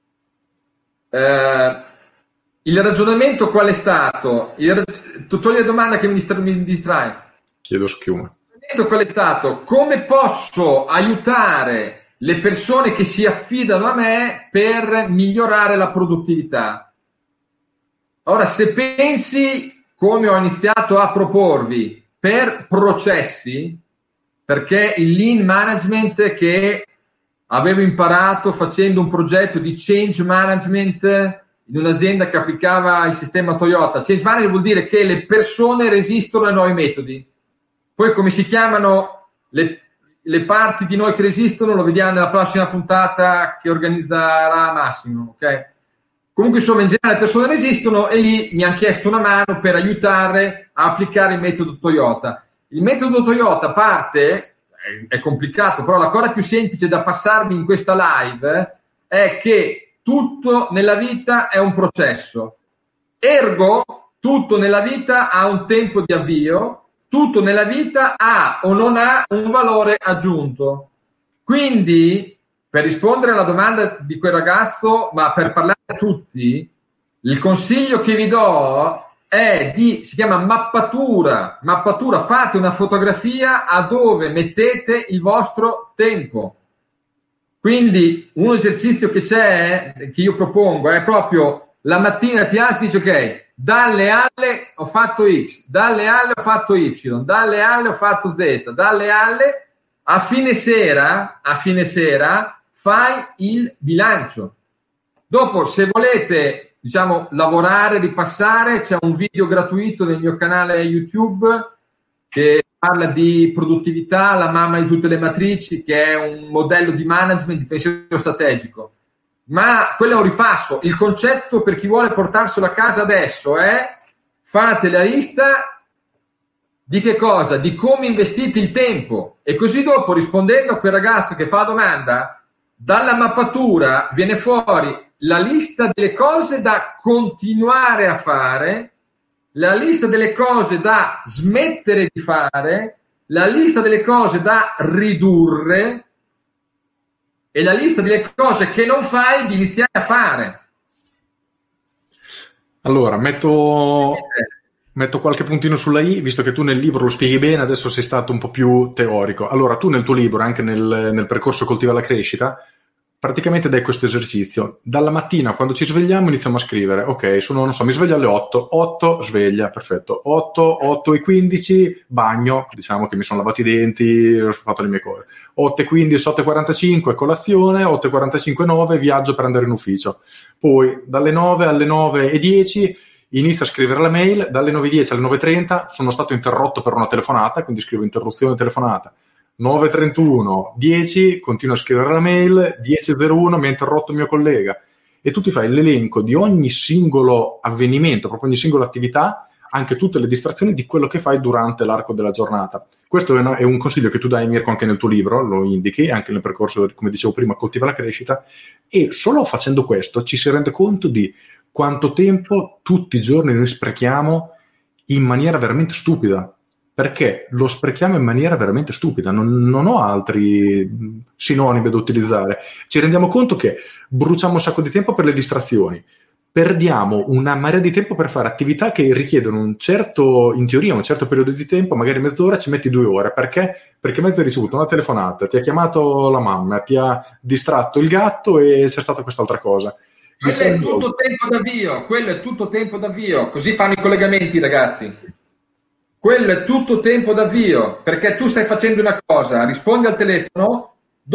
Eh, il ragionamento qual è stato? Il, tu togli la domanda che mi, distra, mi distrae. Chiedo schiuma. Il ragionamento qual è stato? Come posso aiutare le persone che si affidano a me per migliorare la produttività? Ora, se pensi, come ho iniziato a proporvi, per processi, perché il lean management che avevo imparato facendo un progetto di change management in un'azienda che applicava il sistema Toyota. Change management vuol dire che le persone resistono ai nuovi metodi. Poi come si chiamano le, le parti di noi che resistono lo vediamo nella prossima puntata che organizzerà Massimo, ok? Comunque insomma in generale le persone resistono e lì mi hanno chiesto una mano per aiutare a applicare il metodo Toyota. Il metodo Toyota parte, è complicato, però la cosa più semplice da passarvi in questa live è che tutto nella vita è un processo. Ergo, tutto nella vita ha un tempo di avvio, tutto nella vita ha o non ha un valore aggiunto. Quindi, per rispondere alla domanda di quel ragazzo, ma per parlare a tutti, il consiglio che vi do è di, si chiama mappatura, mappatura, fate una fotografia a dove mettete il vostro tempo. Quindi un esercizio che c'è, che io propongo, è proprio la mattina ti alzi e dici ok, dalle alle ho fatto X, dalle alle ho fatto Y, dalle alle ho fatto Z, dalle alle a fine sera, a fine sera fai il bilancio. Dopo, se volete, diciamo, lavorare, ripassare, c'è un video gratuito nel mio canale YouTube che parla di produttività, la mamma di tutte le matrici, che è un modello di management di pensiero strategico. Ma quello è un ripasso. Il concetto per chi vuole portarselo a casa adesso è: fate la lista di che cosa? Di come investite il tempo. E così dopo, rispondendo a quel ragazzo che fa la domanda, dalla mappatura viene fuori la lista delle cose da continuare a fare, la lista delle cose da smettere di fare, la lista delle cose da ridurre e la lista delle cose che non fai di iniziare a fare. Allora, metto, metto qualche puntino sulla I, visto che tu nel libro lo spieghi bene, adesso sei stato un po' più teorico. Allora, tu nel tuo libro, anche nel, nel percorso Coltiva la Crescita, praticamente dai questo esercizio. Dalla mattina, quando ci svegliamo, iniziamo a scrivere. Ok, sono, non so, mi sveglio alle otto, otto, sveglia, perfetto. otto, otto e quindici, bagno, diciamo che mi sono lavato i denti, ho fatto le mie cose. otto e quindici, otto e quarantacinque, colazione, otto e quarantacinque, nove, viaggio per andare in ufficio. Poi, dalle nove alle nove e dieci, inizio a scrivere la mail, dalle nove e dieci alle nove e trenta, sono stato interrotto per una telefonata, quindi scrivo interruzione telefonata. nove e trentuno, dieci, continuo a scrivere la mail, dieci e zero uno mi ha interrotto il mio collega, e tu ti fai l'elenco di ogni singolo avvenimento, proprio ogni singola attività, anche tutte le distrazioni di quello che fai durante l'arco della giornata. Questo è, una, è un consiglio che tu dai, Mirko, anche nel tuo libro, lo indichi, anche nel percorso, come dicevo prima, Coltiva la Crescita, e solo facendo questo ci si rende conto di quanto tempo tutti i giorni noi sprechiamo in maniera veramente stupida. Perché lo sprechiamo in maniera veramente stupida, non, non ho altri sinonimi da utilizzare. Ci rendiamo conto che bruciamo un sacco di tempo per le distrazioni, perdiamo una marea di tempo per fare attività che richiedono un certo, in teoria, un certo periodo di tempo, magari mezz'ora, ci metti due ore. Perché? Perché mezzo hai ricevuto una telefonata, ti ha chiamato la mamma, ti ha distratto il gatto e c'è stata quest'altra cosa. Quello è tutto tempo d'avvio, quello è tutto tempo d'avvio, così fanno i collegamenti, ragazzi. Quello è tutto tempo d'avvio, perché tu stai facendo una cosa, rispondi al telefono,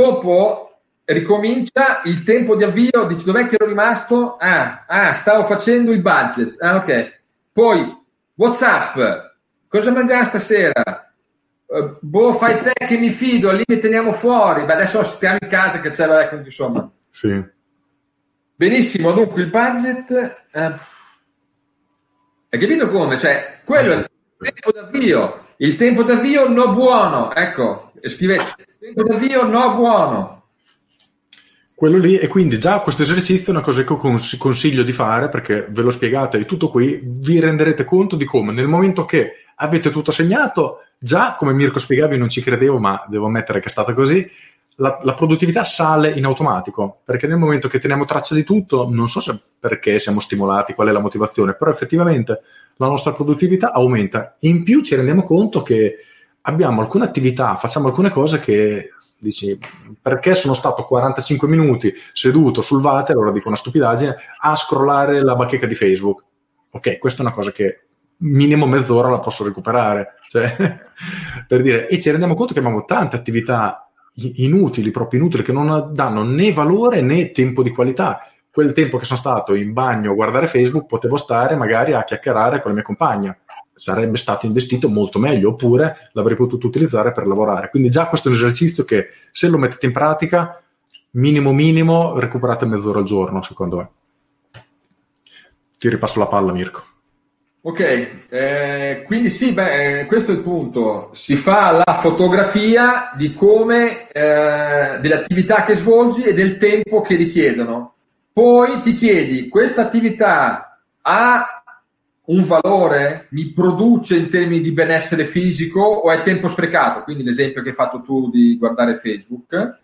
dopo ricomincia il tempo di avvio, dici dov'è che ero rimasto? Ah, ah, stavo facendo il budget, ah ok. Poi WhatsApp, cosa mangiamo stasera? Uh, boh, fai te che mi fido, lì mi teniamo fuori, beh adesso stiamo in casa che c'è, vabbè, insomma. Sì. Benissimo, dunque il budget, eh, hai capito come? Cioè, quello è tempo d'avvio, il tempo d'avvio no buono, ecco, scrivete tempo d'avvio no buono, quello lì. E quindi già questo esercizio è una cosa che cons- consiglio di fare, perché ve l'ho spiegata e tutto qui, vi renderete conto di come nel momento che avete tutto segnato, già come Mirko spiegavi, non ci credevo, ma devo ammettere che è stata così, la, la produttività sale in automatico, perché nel momento che teniamo traccia di tutto, non so se perché siamo stimolati, qual è la motivazione, però effettivamente la nostra produttività aumenta. In più ci rendiamo conto che abbiamo alcune attività, facciamo alcune cose che dici, perché sono stato quarantacinque minuti seduto sul water, ora dico una stupidaggine, a scrollare la bacheca di Facebook. Ok, questa è una cosa che minimo mezz'ora la posso recuperare, cioè, per dire, e ci rendiamo conto che abbiamo tante attività inutili, proprio inutili, che non danno né valore né tempo di qualità. Quel tempo che sono stato in bagno a guardare Facebook potevo stare magari a chiacchierare con la mia compagna, sarebbe stato investito molto meglio, oppure l'avrei potuto utilizzare per lavorare. Quindi già questo è un esercizio che, se lo mettete in pratica, minimo minimo recuperate mezz'ora al giorno, secondo me. Ti ripasso la palla, Mirko. Ok, eh, quindi sì, beh, eh, questo è il punto. Si fa la fotografia di come, eh, delle attività che svolgi e del tempo che richiedono. Poi ti chiedi, questa attività ha un valore? Mi produce in termini di benessere fisico o è tempo sprecato? Quindi l'esempio che hai fatto tu di guardare Facebook.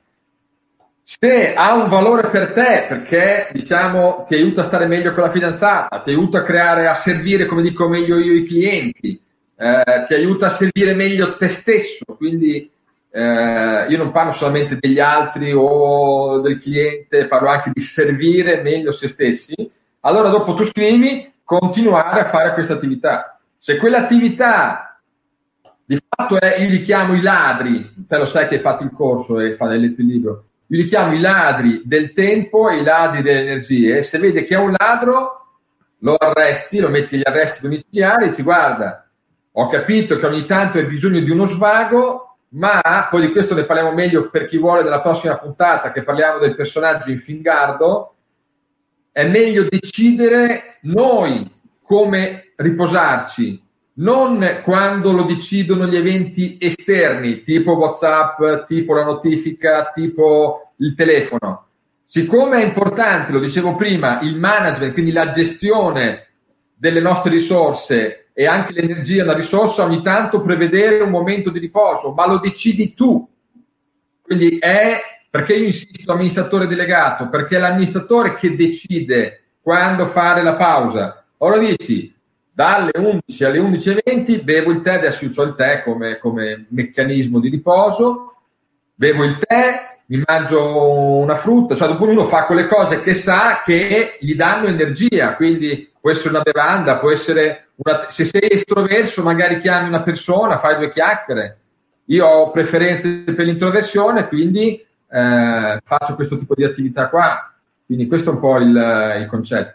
Se ha un valore per te, perché diciamo ti aiuta a stare meglio con la fidanzata, ti aiuta a creare, a servire, come dico meglio io, i clienti, eh, ti aiuta a servire meglio te stesso, quindi eh, io non parlo solamente degli altri o del cliente, parlo anche di servire meglio se stessi. Allora dopo tu scrivi continuare a fare questa attività. Se quell'attività di fatto è, io li chiamo i ladri, te lo sai che hai fatto il corso e hai letto il libro, io li chiamo i ladri del tempo e i ladri delle energie. Se vede che è un ladro, lo arresti, lo metti agli arresti domiciliari e dici: guarda, ho capito che ogni tanto hai bisogno di uno svago, ma poi di questo ne parliamo meglio per chi vuole della prossima puntata, che parliamo del personaggio in Fingardo. È meglio decidere noi come riposarci, non quando lo decidono gli eventi esterni, tipo WhatsApp, tipo la notifica, tipo il telefono. Siccome è importante, lo dicevo prima, il management, quindi la gestione delle nostre risorse e anche l'energia è una risorsa, ogni tanto prevedere un momento di riposo, ma lo decidi tu. Quindi è, perché io insisto amministratore delegato, perché è l'amministratore che decide quando fare la pausa. Ora dici, dalle undici alle undici e venti bevo il tè, adesso io ho il tè come, come meccanismo di riposo, bevo il tè, mi mangio una frutta, cioè dopo uno fa quelle cose che sa che gli danno energia, quindi può essere una bevanda, può essere una, se sei estroverso magari chiami una persona, fai due chiacchiere. Io ho preferenze per l'introversione, quindi eh, faccio questo tipo di attività qua, quindi questo è un po' il, il concetto.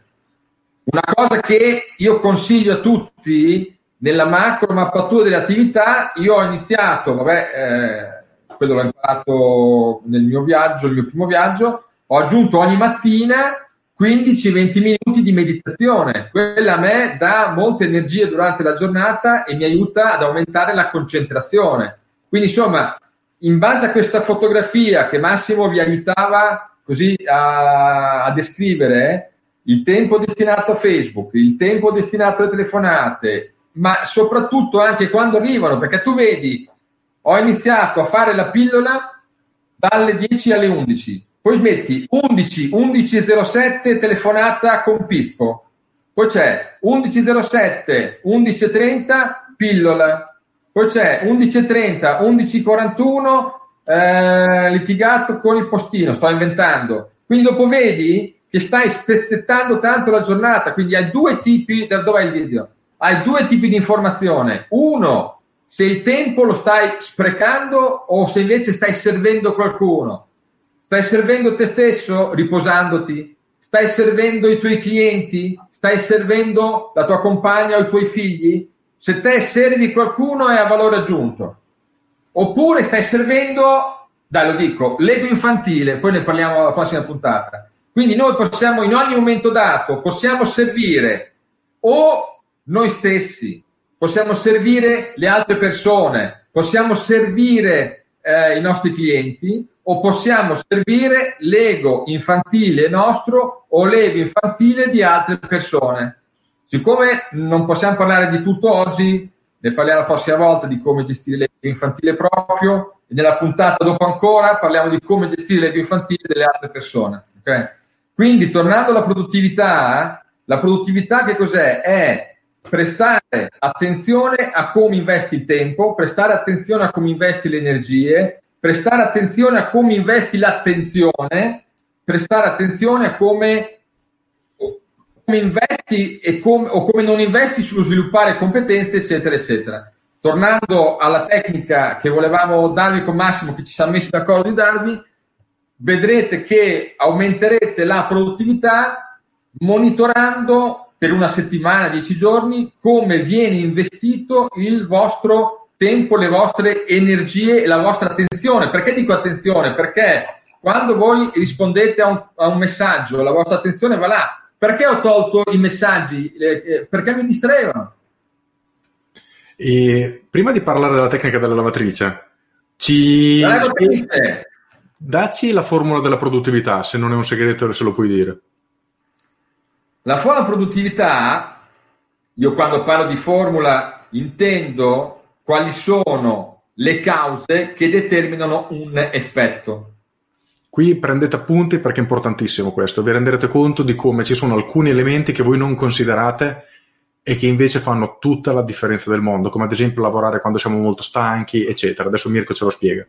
Una cosa che io consiglio a tutti nella macro mappatura delle attività, io ho iniziato, vabbè, eh, quello l'ho imparato nel mio viaggio, il mio primo viaggio, ho aggiunto ogni mattina quindici venti minuti di meditazione. Quella a me dà molta energia durante la giornata e mi aiuta ad aumentare la concentrazione. Quindi insomma, in base a questa fotografia che Massimo vi aiutava così a, a descrivere, il tempo destinato a Facebook, il tempo destinato alle telefonate, ma soprattutto anche quando arrivano, perché tu vedi, ho iniziato a fare la pillola dalle dieci alle undici, poi metti undici, undici e zero sette telefonata con Pippo, poi c'è undici e zero sette, undici e trenta pillola, poi c'è undici e trenta, undici e quarantuno eh, litigato con il postino, sto inventando. Quindi dopo vedi che stai spezzettando tanto la giornata, quindi hai due tipi, dov'è il video? Hai due tipi di informazione. Uno, se il tempo lo stai sprecando o se invece stai servendo qualcuno. Stai servendo te stesso riposandoti? Stai servendo i tuoi clienti? Stai servendo la tua compagna o i tuoi figli? Se te servi qualcuno è a valore aggiunto. Oppure stai servendo, dai lo dico, l'ego infantile, poi ne parliamo alla prossima puntata. Quindi noi possiamo in ogni momento dato, possiamo servire o noi stessi, possiamo servire le altre persone, possiamo servire eh, i nostri clienti o possiamo servire l'ego infantile nostro o l'ego infantile di altre persone. Siccome non possiamo parlare di tutto oggi, ne parliamo la prossima volta di come gestire l'ego infantile proprio e nella puntata dopo ancora parliamo di come gestire l'ego infantile delle altre persone. Okay? Quindi tornando alla produttività, la produttività che cos'è? È prestare attenzione a come investi il tempo, prestare attenzione a come investi le energie, prestare attenzione a come investi l'attenzione, prestare attenzione a come, come investi e come, o come non investi sullo sviluppare competenze, eccetera, eccetera. Tornando alla tecnica che volevamo darvi con Massimo, che ci siamo messi d'accordo di darvi, vedrete che aumenterete la produttività monitorando per una settimana, dieci giorni, come viene investito il vostro tempo, le vostre energie e la vostra attenzione. Perché dico attenzione? Perché quando voi rispondete a un, a un messaggio, la vostra attenzione va là. Perché ho tolto i messaggi? Eh, perché mi distraevano. E prima di parlare della tecnica della lavatrice, ci... La lavatrice. Dacci la formula della produttività, se non è un segreto, se lo puoi dire. La formula produttività, io quando parlo di formula intendo quali sono le cause che determinano un effetto. Qui prendete appunti perché è importantissimo questo, vi renderete conto di come ci sono alcuni elementi che voi non considerate e che invece fanno tutta la differenza del mondo, come ad esempio lavorare quando siamo molto stanchi, eccetera. Adesso Mirko ce lo spiega.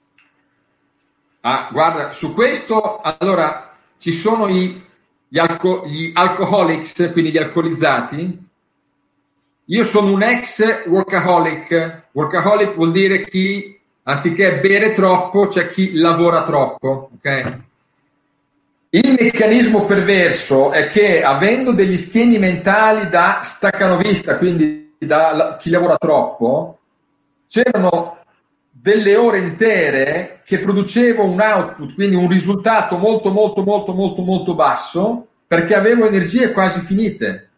Ah, guarda, su questo, allora, ci sono i, gli, alco, gli alcoholics, quindi gli alcolizzati. Io sono un ex workaholic. Workaholic vuol dire chi, anziché bere troppo, c'è chi lavora troppo, ok? Il meccanismo perverso è che, avendo degli schemi mentali da staccanovista, quindi da chi lavora troppo, c'erano delle ore intere che producevo un output, quindi un risultato molto molto molto molto molto basso, perché avevo energie quasi finite.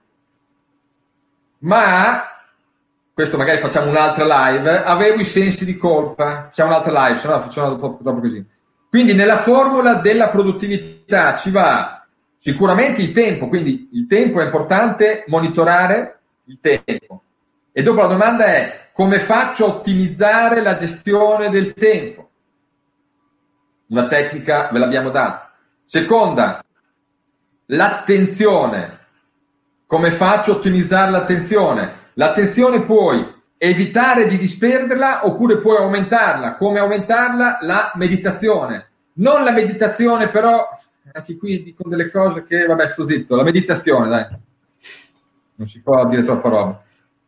Ma questo magari facciamo un'altra live, avevo i sensi di colpa, facciamo un'altra live, se no facciamo dopo, dopo così. Quindi nella formula della produttività ci va sicuramente il tempo, quindi il tempo è importante, monitorare il tempo. E dopo la domanda è: come faccio a ottimizzare la gestione del tempo? Una tecnica ve l'abbiamo data. Seconda, l'attenzione. Come faccio a ottimizzare l'attenzione? L'attenzione puoi evitare di disperderla oppure puoi aumentarla. Come aumentarla? La meditazione. Non la meditazione, però, anche qui dico delle cose che, vabbè, sto zitto. La meditazione, dai. Non si può dire troppa roba.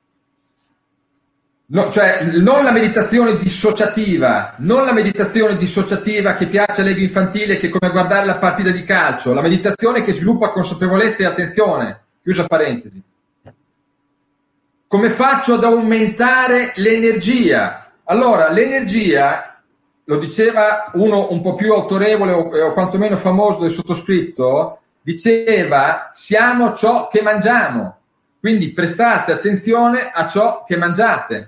No, cioè, non la meditazione dissociativa, non la meditazione dissociativa che piace all'ego infantile, che è come guardare la partita di calcio, la meditazione che sviluppa consapevolezza e attenzione, chiusa parentesi. Come faccio ad aumentare l'energia? Allora, l'energia, lo diceva uno un po' più autorevole o, o quantomeno famoso del sottoscritto, diceva: siamo ciò che mangiamo, quindi prestate attenzione a ciò che mangiate.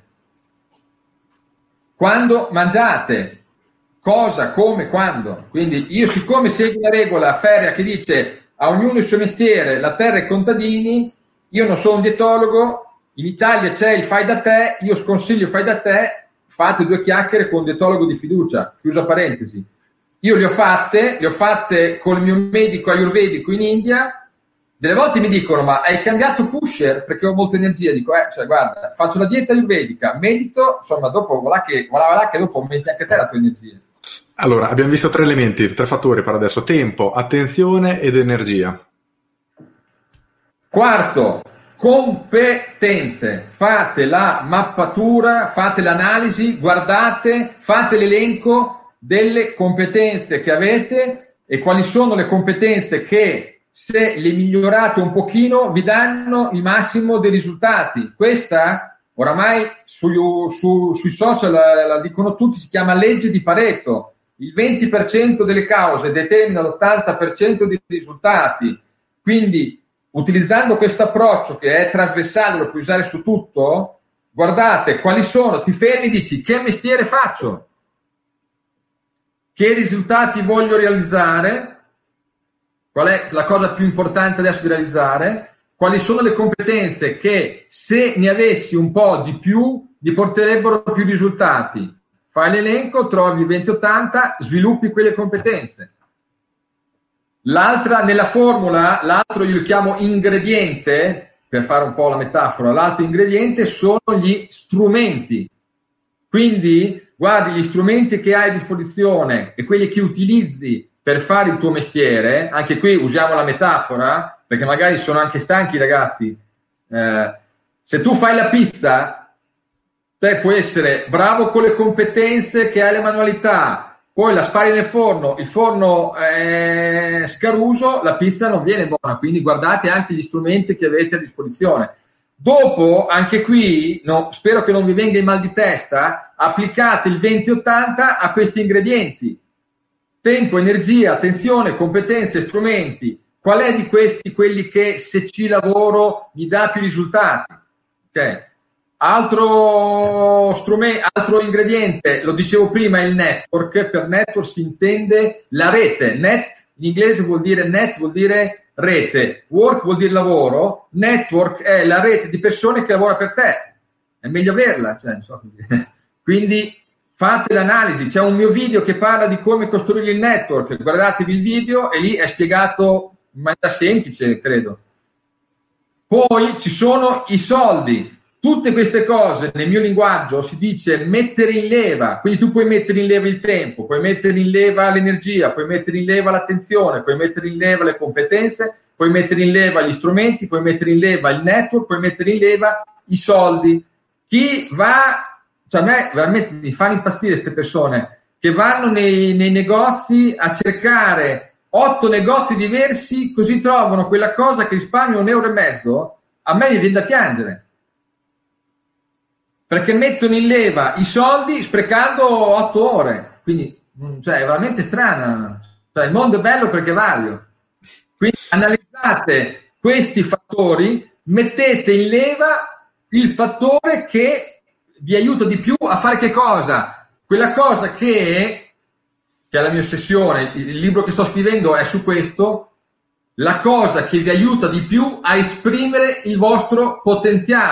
Quando mangiate, cosa, come, quando. Quindi io, siccome seguo una regola ferrea che dice a ognuno il suo mestiere, la terra e i contadini, io non sono un dietologo, in Italia c'è il fai da te, io sconsiglio fai da te, fate due chiacchiere con un dietologo di fiducia, chiusa parentesi. Io le ho fatte, le ho fatte col mio medico ayurvedico in India. Delle volte mi dicono: ma hai cambiato pusher perché ho molta energia? Dico, eh, cioè guarda, faccio la dieta ayurvedica, medito, insomma, dopo voilà che, voilà, voilà che dopo aumenti anche te la tua energia. Allora, abbiamo visto tre elementi, tre fattori per adesso: tempo, attenzione ed energia. Quarto, competenze. Fate la mappatura, fate l'analisi, guardate, fate l'elenco delle competenze che avete e quali sono le competenze che, se le migliorate un pochino, vi danno il massimo dei risultati. Questa, oramai su, su, sui social la, la dicono tutti, si chiama legge di Pareto. Il venti per cento delle cause determina l'ottanta per cento dei risultati. Quindi, utilizzando questo approccio che è trasversale, lo puoi usare su tutto, guardate quali sono, ti fermi e dici: che mestiere faccio? Che risultati voglio realizzare? Qual è la cosa più importante adesso di realizzare? Quali sono le competenze che, se ne avessi un po' di più, mi porterebbero più risultati? Fai l'elenco, trovi il venti ottanta, sviluppi quelle competenze. L'altra, nella formula, l'altro io lo chiamo ingrediente, per fare un po' la metafora, l'altro ingrediente sono gli strumenti. Quindi, guardi gli strumenti che hai a disposizione e quelli che utilizzi per fare il tuo mestiere. Anche qui usiamo la metafora, perché magari sono anche stanchi i ragazzi. Eh, se tu fai la pizza, te puoi essere bravo con le competenze che hai, le manualità, poi la spari nel forno, il forno è scaruso, la pizza non viene buona. Quindi guardate anche gli strumenti che avete a disposizione. Dopo, anche qui, no, spero che non vi venga il mal di testa, applicate il venti ottanta a questi ingredienti: tempo, energia, attenzione, competenze, strumenti. Qual è di questi quelli che, se ci lavoro, mi dà più risultati? Ok. Altro strumento, altro ingrediente, lo dicevo prima, è il network. Per network si intende la rete. Net in inglese vuol dire net, vuol dire rete. Work vuol dire lavoro. Network è la rete di persone che lavora per te. È meglio averla, cioè, non so come. Quindi fate l'analisi. C'è un mio video che parla di come costruire il network. Guardatevi il video e lì è spiegato in maniera semplice, credo. Poi ci sono i soldi. Tutte queste cose, nel mio linguaggio, si dice mettere in leva. Quindi tu puoi mettere in leva il tempo, puoi mettere in leva l'energia, puoi mettere in leva l'attenzione, puoi mettere in leva le competenze, puoi mettere in leva gli strumenti, puoi mettere in leva il network, puoi mettere in leva i soldi. Chi va, cioè a me veramente mi fanno impazzire queste persone che vanno nei, nei negozi a cercare otto negozi diversi, così trovano quella cosa che risparmia un euro e mezzo. A me mi viene da piangere, perché mettono in leva i soldi sprecando otto ore. Quindi, cioè, è veramente strana. Cioè, il mondo è bello perché è vario. Quindi analizzate questi fattori, mettete in leva il fattore che vi aiuta di più a fare che cosa? Quella cosa che, che è la mia ossessione, il libro che sto scrivendo è su questo, la cosa che vi aiuta di più a esprimere il vostro potenziale.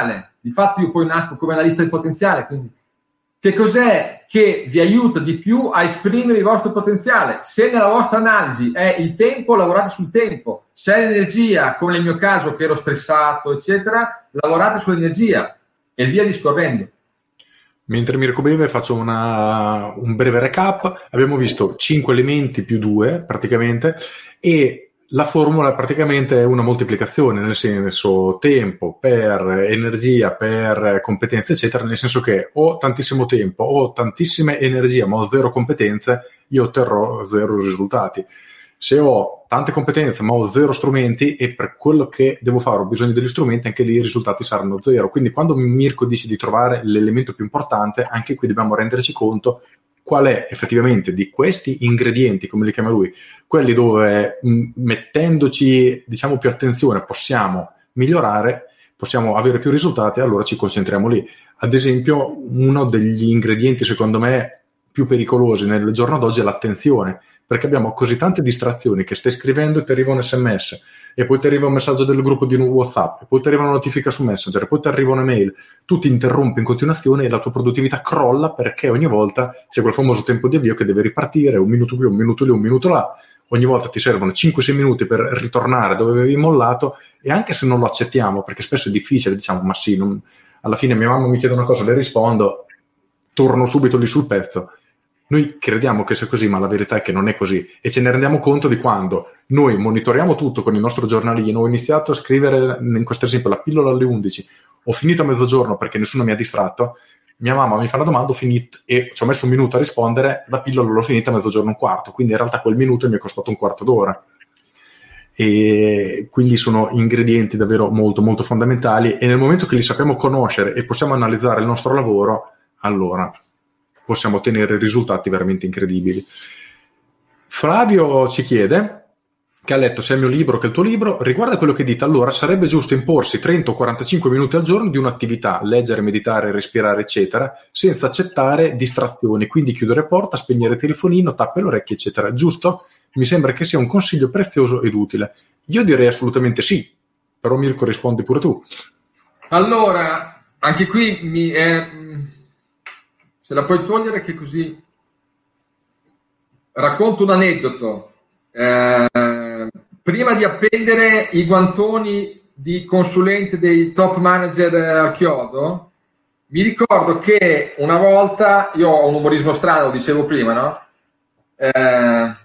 Di fatto io poi nasco come analista di potenziale, quindi che cos'è che vi aiuta di più a esprimere il vostro potenziale? Se nella vostra analisi è il tempo, lavorate sul tempo. Se è l'energia, come nel mio caso che ero stressato, eccetera, lavorate sull'energia e via discorrendo. Mentre Mirko beve faccio una, un breve recap. Abbiamo visto cinque elementi più due praticamente, e la formula praticamente è una moltiplicazione, nel senso tempo per energia per competenze eccetera, nel senso che ho tantissimo tempo, ho tantissime energie ma ho zero competenze, io otterrò zero risultati. Se ho tante competenze ma ho zero strumenti e per quello che devo fare ho bisogno degli strumenti, anche lì i risultati saranno zero. Quindi quando Mirko dice di trovare l'elemento più importante, anche qui dobbiamo renderci conto qual è effettivamente di questi ingredienti, come li chiama lui, quelli dove mh, mettendoci diciamo più attenzione possiamo migliorare, possiamo avere più risultati, allora ci concentriamo lì. Ad esempio, uno degli ingredienti secondo me più pericolosi nel giorno d'oggi è l'attenzione, perché abbiamo così tante distrazioni che stai scrivendo e ti arriva un sms, e poi ti arriva un messaggio del gruppo di WhatsApp, e poi ti arriva una notifica su Messenger, e poi ti arriva un'email, tu ti interrompi in continuazione e la tua produttività crolla, perché ogni volta c'è quel famoso tempo di avvio che deve ripartire, un minuto qui, un minuto lì, un minuto là, ogni volta ti servono cinque sei minuti per ritornare dove avevi mollato, e anche se non lo accettiamo, perché spesso è difficile, diciamo, ma sì, non... alla fine mia mamma mi chiede una cosa, le rispondo, torno subito lì sul pezzo. Noi crediamo che sia così, ma la verità è che non è così, e ce ne rendiamo conto di quando noi monitoriamo tutto con il nostro giornalino. Ho iniziato a scrivere, in questo esempio, la pillola alle undici, ho finito a mezzogiorno perché nessuno mi ha distratto, mia mamma mi fa una domanda, ho finito e ci ho messo un minuto a rispondere, la pillola l'ho finita a mezzogiorno e un quarto, quindi in realtà quel minuto mi è costato un quarto d'ora. E quindi sono ingredienti davvero molto molto fondamentali, e nel momento che li sappiamo conoscere e possiamo analizzare il nostro lavoro, allora possiamo ottenere risultati veramente incredibili. Flavio ci chiede, che ha letto sia il mio libro che il tuo libro, riguarda quello che dite, allora sarebbe giusto imporsi trenta o quarantacinque minuti al giorno di un'attività, leggere, meditare, respirare eccetera, senza accettare distrazioni, quindi chiudere porta, spegnere il telefonino, tappe le orecchie eccetera, giusto? Mi sembra che sia un consiglio prezioso ed utile. Io direi assolutamente sì, però Mirko rispondi pure tu. Allora, anche qui mi è... se la puoi togliere, che così racconto un aneddoto. Eh, prima di appendere i guantoni di consulente dei top manager al chiodo, mi ricordo che una volta, io ho un umorismo strano, lo dicevo prima, no? Eh,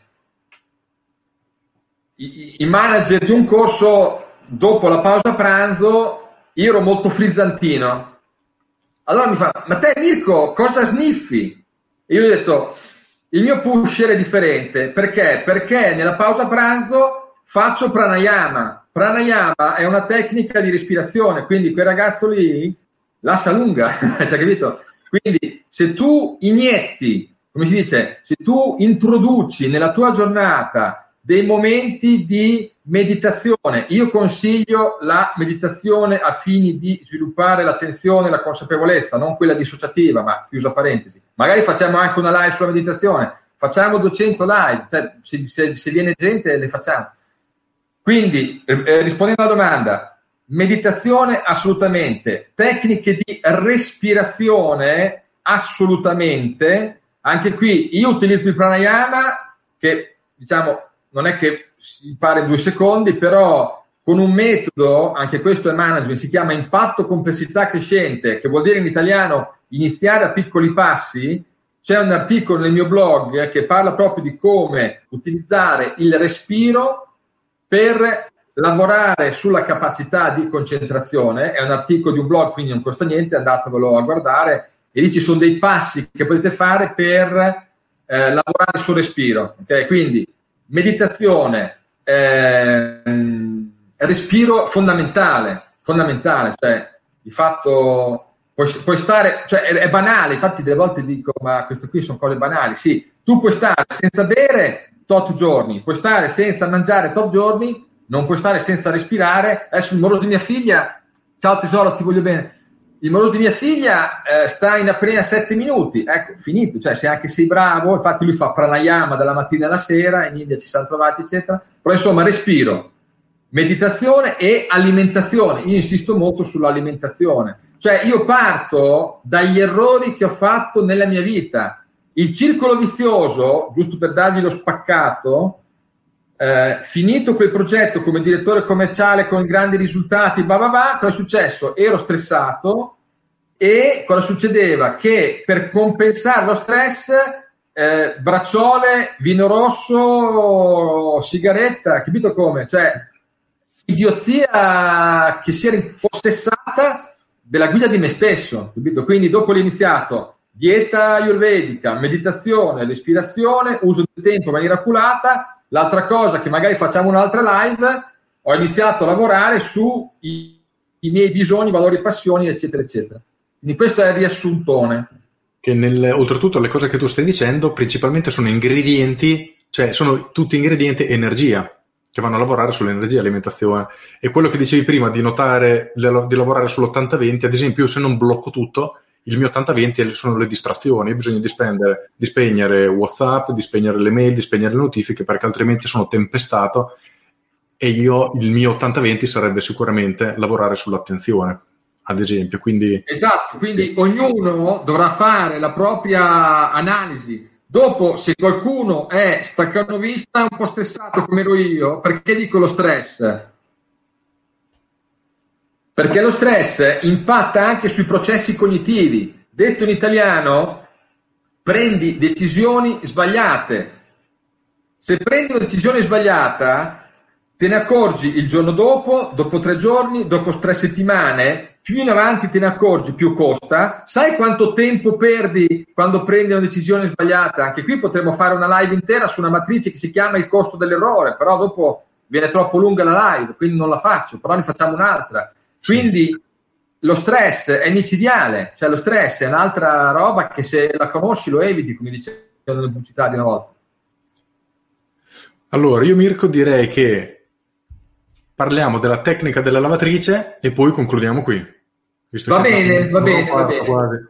i, i manager di un corso, dopo la pausa pranzo, io ero molto frizzantino. Allora mi fa, ma te Mirko, cosa sniffi? E io gli ho detto, il mio pusher è differente. Perché? Perché nella pausa pranzo faccio pranayama. Pranayama è una tecnica di respirazione, quindi quel ragazzo lì la sa lunga, cioè, capito? Quindi se tu inietti, come si dice, se tu introduci nella tua giornata dei momenti di meditazione, io consiglio la meditazione a fini di sviluppare l'attenzione e la consapevolezza, non quella dissociativa, ma chiusa parentesi. Magari facciamo anche una live sulla meditazione, facciamo duecento live, cioè, se, se, se viene gente le facciamo. Quindi, eh, rispondendo alla domanda, meditazione assolutamente, tecniche di respirazione assolutamente, anche qui io utilizzo il pranayama, che diciamo non è che si impara in due secondi, però con un metodo, anche questo è management, si chiama impatto complessità crescente, che vuol dire in italiano iniziare a piccoli passi. C'è un articolo nel mio blog che parla proprio di come utilizzare il respiro per lavorare sulla capacità di concentrazione. È un articolo di un blog, quindi non costa niente, andatevelo a guardare, e lì ci sono dei passi che potete fare per eh, lavorare sul respiro. Okay? Quindi meditazione, eh, respiro fondamentale, fondamentale, cioè di fatto puoi, puoi stare, cioè è, è banale, infatti delle volte dico ma queste qui sono cose banali, sì, tu puoi stare senza bere tot giorni, puoi stare senza mangiare tot giorni, non puoi stare senza respirare. Adesso il moroso di mia figlia, ciao tesoro, ti voglio bene, il moroso di mia figlia eh, sta in apnea sette minuti, ecco, finito, cioè se anche sei bravo, infatti lui fa pranayama dalla mattina alla sera, in India ci siamo trovati eccetera, però insomma respiro, meditazione e alimentazione, io insisto molto sull'alimentazione, Cioè io parto dagli errori che ho fatto nella mia vita. Il circolo vizioso, giusto per dargli lo spaccato, eh, finito quel progetto come direttore commerciale con grandi risultati, bah bah bah, cosa è successo? Ero stressato e cosa succedeva? Che per compensare lo stress, eh, bracciole, vino rosso, sigaretta, capito come? Cioè, idiozia che si era impossessata della guida di me stesso, capito? Quindi dopo l'ho iniziato dieta ayurvedica, meditazione, respirazione, uso del tempo in maniera oculata. L'altra cosa che magari facciamo un'altra live, ho iniziato a lavorare su i, i miei bisogni, valori e passioni, eccetera, eccetera. Quindi questo è il riassuntone. Che nel, oltretutto le cose che tu stai dicendo principalmente sono ingredienti, cioè sono tutti ingredienti energia, che vanno a lavorare sull'energia, alimentazione. E quello che dicevi prima di notare, di lavorare sull'ottanta venti, ad esempio, io se non blocco tutto, il mio ottanta venti sono le distrazioni, bisogna di, spendere, di spegnere WhatsApp, di spegnere le mail, di spegnere le notifiche, perché altrimenti sono tempestato, e io, il mio ottanta venti sarebbe sicuramente lavorare sull'attenzione, ad esempio. Quindi, esatto, quindi sì. Ognuno dovrà fare la propria analisi. Dopo, se qualcuno è staccanovista, un po' stressato come ero io, perché dico lo stress? Perché lo stress impatta anche sui processi cognitivi. Detto in italiano, prendi decisioni sbagliate. Se prendi una decisione sbagliata, te ne accorgi il giorno dopo, dopo tre giorni, dopo tre settimane, più in avanti te ne accorgi, più costa. Sai quanto tempo perdi quando prendi una decisione sbagliata? Anche qui potremmo fare una live intera su una matrice che si chiama il costo dell'errore, però dopo viene troppo lunga la live, quindi non la faccio, però ne facciamo un'altra. Quindi lo stress è micidiale, cioè lo stress è un'altra roba che se la conosci lo eviti, come dicevano nelle pubblicità di una volta. Allora, io Mirko direi che parliamo della tecnica della lavatrice e poi concludiamo qui. Visto va che bene, va bene, va bene. Quasi.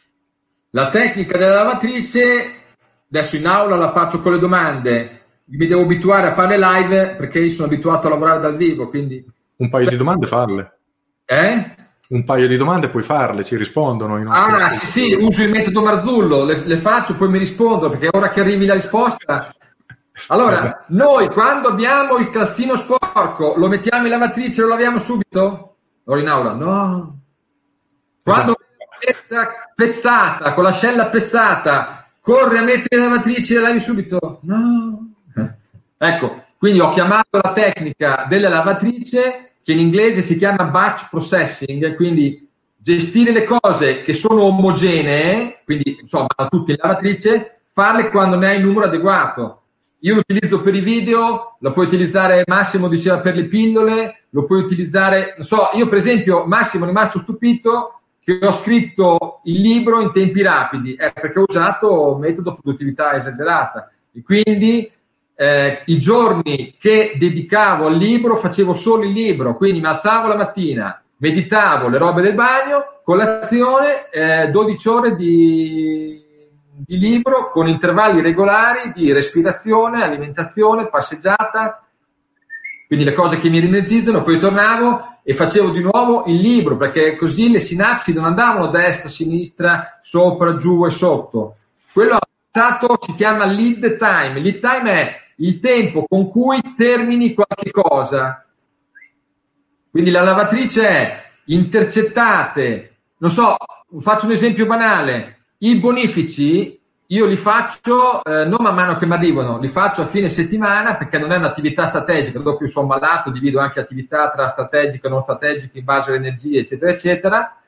La tecnica della lavatrice, adesso in aula la faccio con le domande, mi devo abituare a fare live perché io sono abituato a lavorare dal vivo, quindi... Un paio cioè... di domande farle. Eh? Un paio di domande puoi farle, ci rispondono. I ah, sì, sì, uso il metodo Marzullo, le, le faccio, poi mi rispondo, perché ora che arrivi la risposta... Allora, noi quando abbiamo il calzino sporco, lo mettiamo in lavatrice e lo laviamo subito? Ora in aula? No. Quando esatto. Pessata, con l'ascella pessata, corre a mettere in lavatrice e la lavi subito? No. Ecco, quindi ho chiamato la tecnica della lavatrice, che in inglese si chiama batch processing, quindi gestire le cose che sono omogenee, quindi insomma tutte in lavatrice, farle quando ne hai il numero adeguato. Io lo utilizzo per i video, lo puoi utilizzare Massimo diceva per le pillole, lo puoi utilizzare, non so, io per esempio Massimo è rimasto stupito che ho scritto il libro in tempi rapidi, eh, perché ho usato metodo produttività esagerata e quindi Eh, i giorni che dedicavo al libro facevo solo il libro, quindi mi alzavo la mattina, meditavo le robe del bagno, colazione, eh, dodici ore di, di libro con intervalli regolari di respirazione, alimentazione, passeggiata, quindi le cose che mi energizzano, poi tornavo e facevo di nuovo il libro, perché così le sinapsi non andavano destra, sinistra, sopra, giù e sotto. Quello si chiama lead time. Lead time è il tempo con cui termini qualche cosa. Quindi la lavatrice è intercettate, non so, faccio un esempio banale, i bonifici io li faccio eh, non man mano che mi arrivano, li faccio a fine settimana perché non è un'attività strategica, dopo io sono malato, divido anche attività tra strategica e non strategica in base alle energie eccetera eccetera,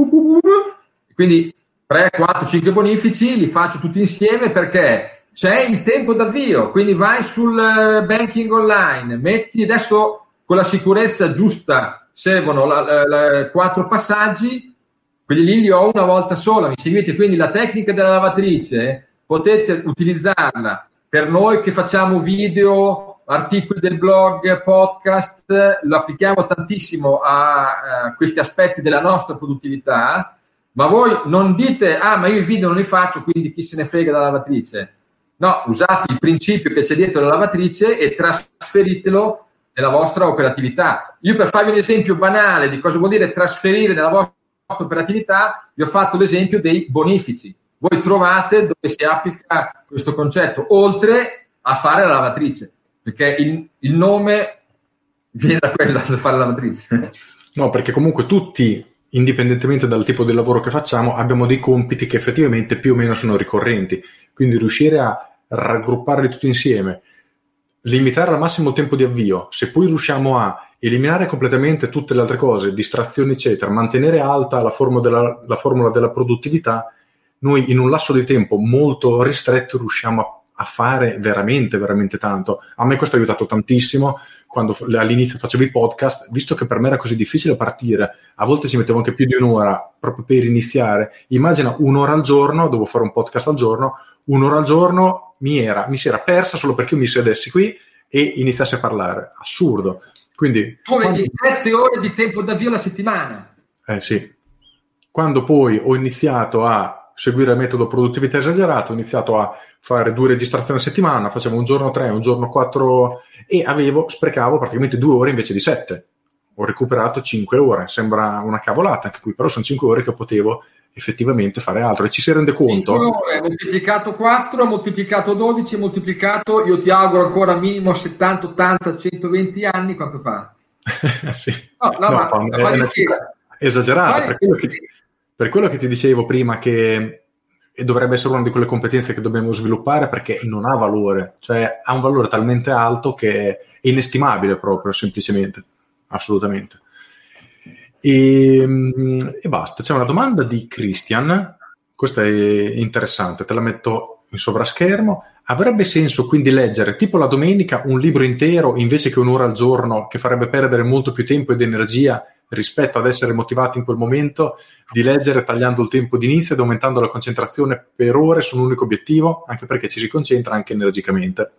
quindi tre, quattro, cinque bonifici li faccio tutti insieme perché c'è il tempo d'avvio, quindi vai sul banking online, metti adesso con la sicurezza giusta, servono la, la, la, quattro passaggi, quelli lì li ho una volta sola, mi seguite? Quindi la tecnica della lavatrice potete utilizzarla per noi che facciamo video, articoli del blog, podcast, lo applichiamo tantissimo a, a questi aspetti della nostra produttività, ma voi non dite, ah ma io i video non li faccio, quindi chi se ne frega della lavatrice. No, usate il principio che c'è dietro la lavatrice e trasferitelo nella vostra operatività. Io per farvi un esempio banale di cosa vuol dire trasferire nella vostra nostra operatività, vi ho fatto l'esempio dei bonifici. Voi trovate dove si applica questo concetto, oltre a fare la lavatrice, perché il, il nome viene da quello, da fare la lavatrice. No, perché comunque tutti, indipendentemente dal tipo di lavoro che facciamo, abbiamo dei compiti che effettivamente più o meno sono ricorrenti. Quindi riuscire a raggrupparli tutti insieme, limitare al massimo il tempo di avvio, se poi riusciamo a eliminare completamente tutte le altre cose, distrazioni eccetera, mantenere alta la formula della, la formula della produttività, noi in un lasso di tempo molto ristretto riusciamo a a fare veramente, veramente tanto. A me questo ha aiutato tantissimo quando all'inizio facevo i podcast, visto che per me era così difficile partire, a volte ci mettevo anche più di un'ora proprio per iniziare. Immagina un'ora al giorno, devo fare un podcast al giorno, un'ora al giorno mi, era, mi si era persa solo perché io mi sedessi qui e iniziassi a parlare. Assurdo. Quindi, tu avevi sette ore di tempo d'avvio alla settimana. Eh sì. Quando poi ho iniziato a seguire il metodo produttività esagerato, ho iniziato a fare due registrazioni a settimana, facevo un giorno tre, un giorno quattro e avevo, sprecavo praticamente due ore invece di sette. Ho recuperato cinque ore, sembra una cavolata anche qui, però sono cinque ore che potevo effettivamente fare altro e ci si rende conto. cinque ore moltiplicato quattro, moltiplicato dodici, moltiplicato, io ti auguro ancora minimo settanta, ottanta, centoventi anni, quanto fa? Sì. No, no, no, ma, ma è, è una cifra esagerata, per quello, che, per quello che ti dicevo prima che e dovrebbe essere una di quelle competenze che dobbiamo sviluppare perché non ha valore, cioè ha un valore talmente alto che è inestimabile proprio, semplicemente, assolutamente. E, e basta, c'è una domanda di Christian, questa è interessante, te la metto in sovraschermo. Avrebbe senso quindi leggere tipo la domenica un libro intero invece che un'ora al giorno, che farebbe perdere molto più tempo ed energia rispetto ad essere motivati in quel momento, di leggere tagliando il tempo d'inizio ed aumentando la concentrazione per ore su un unico obiettivo, anche perché ci si concentra anche energicamente.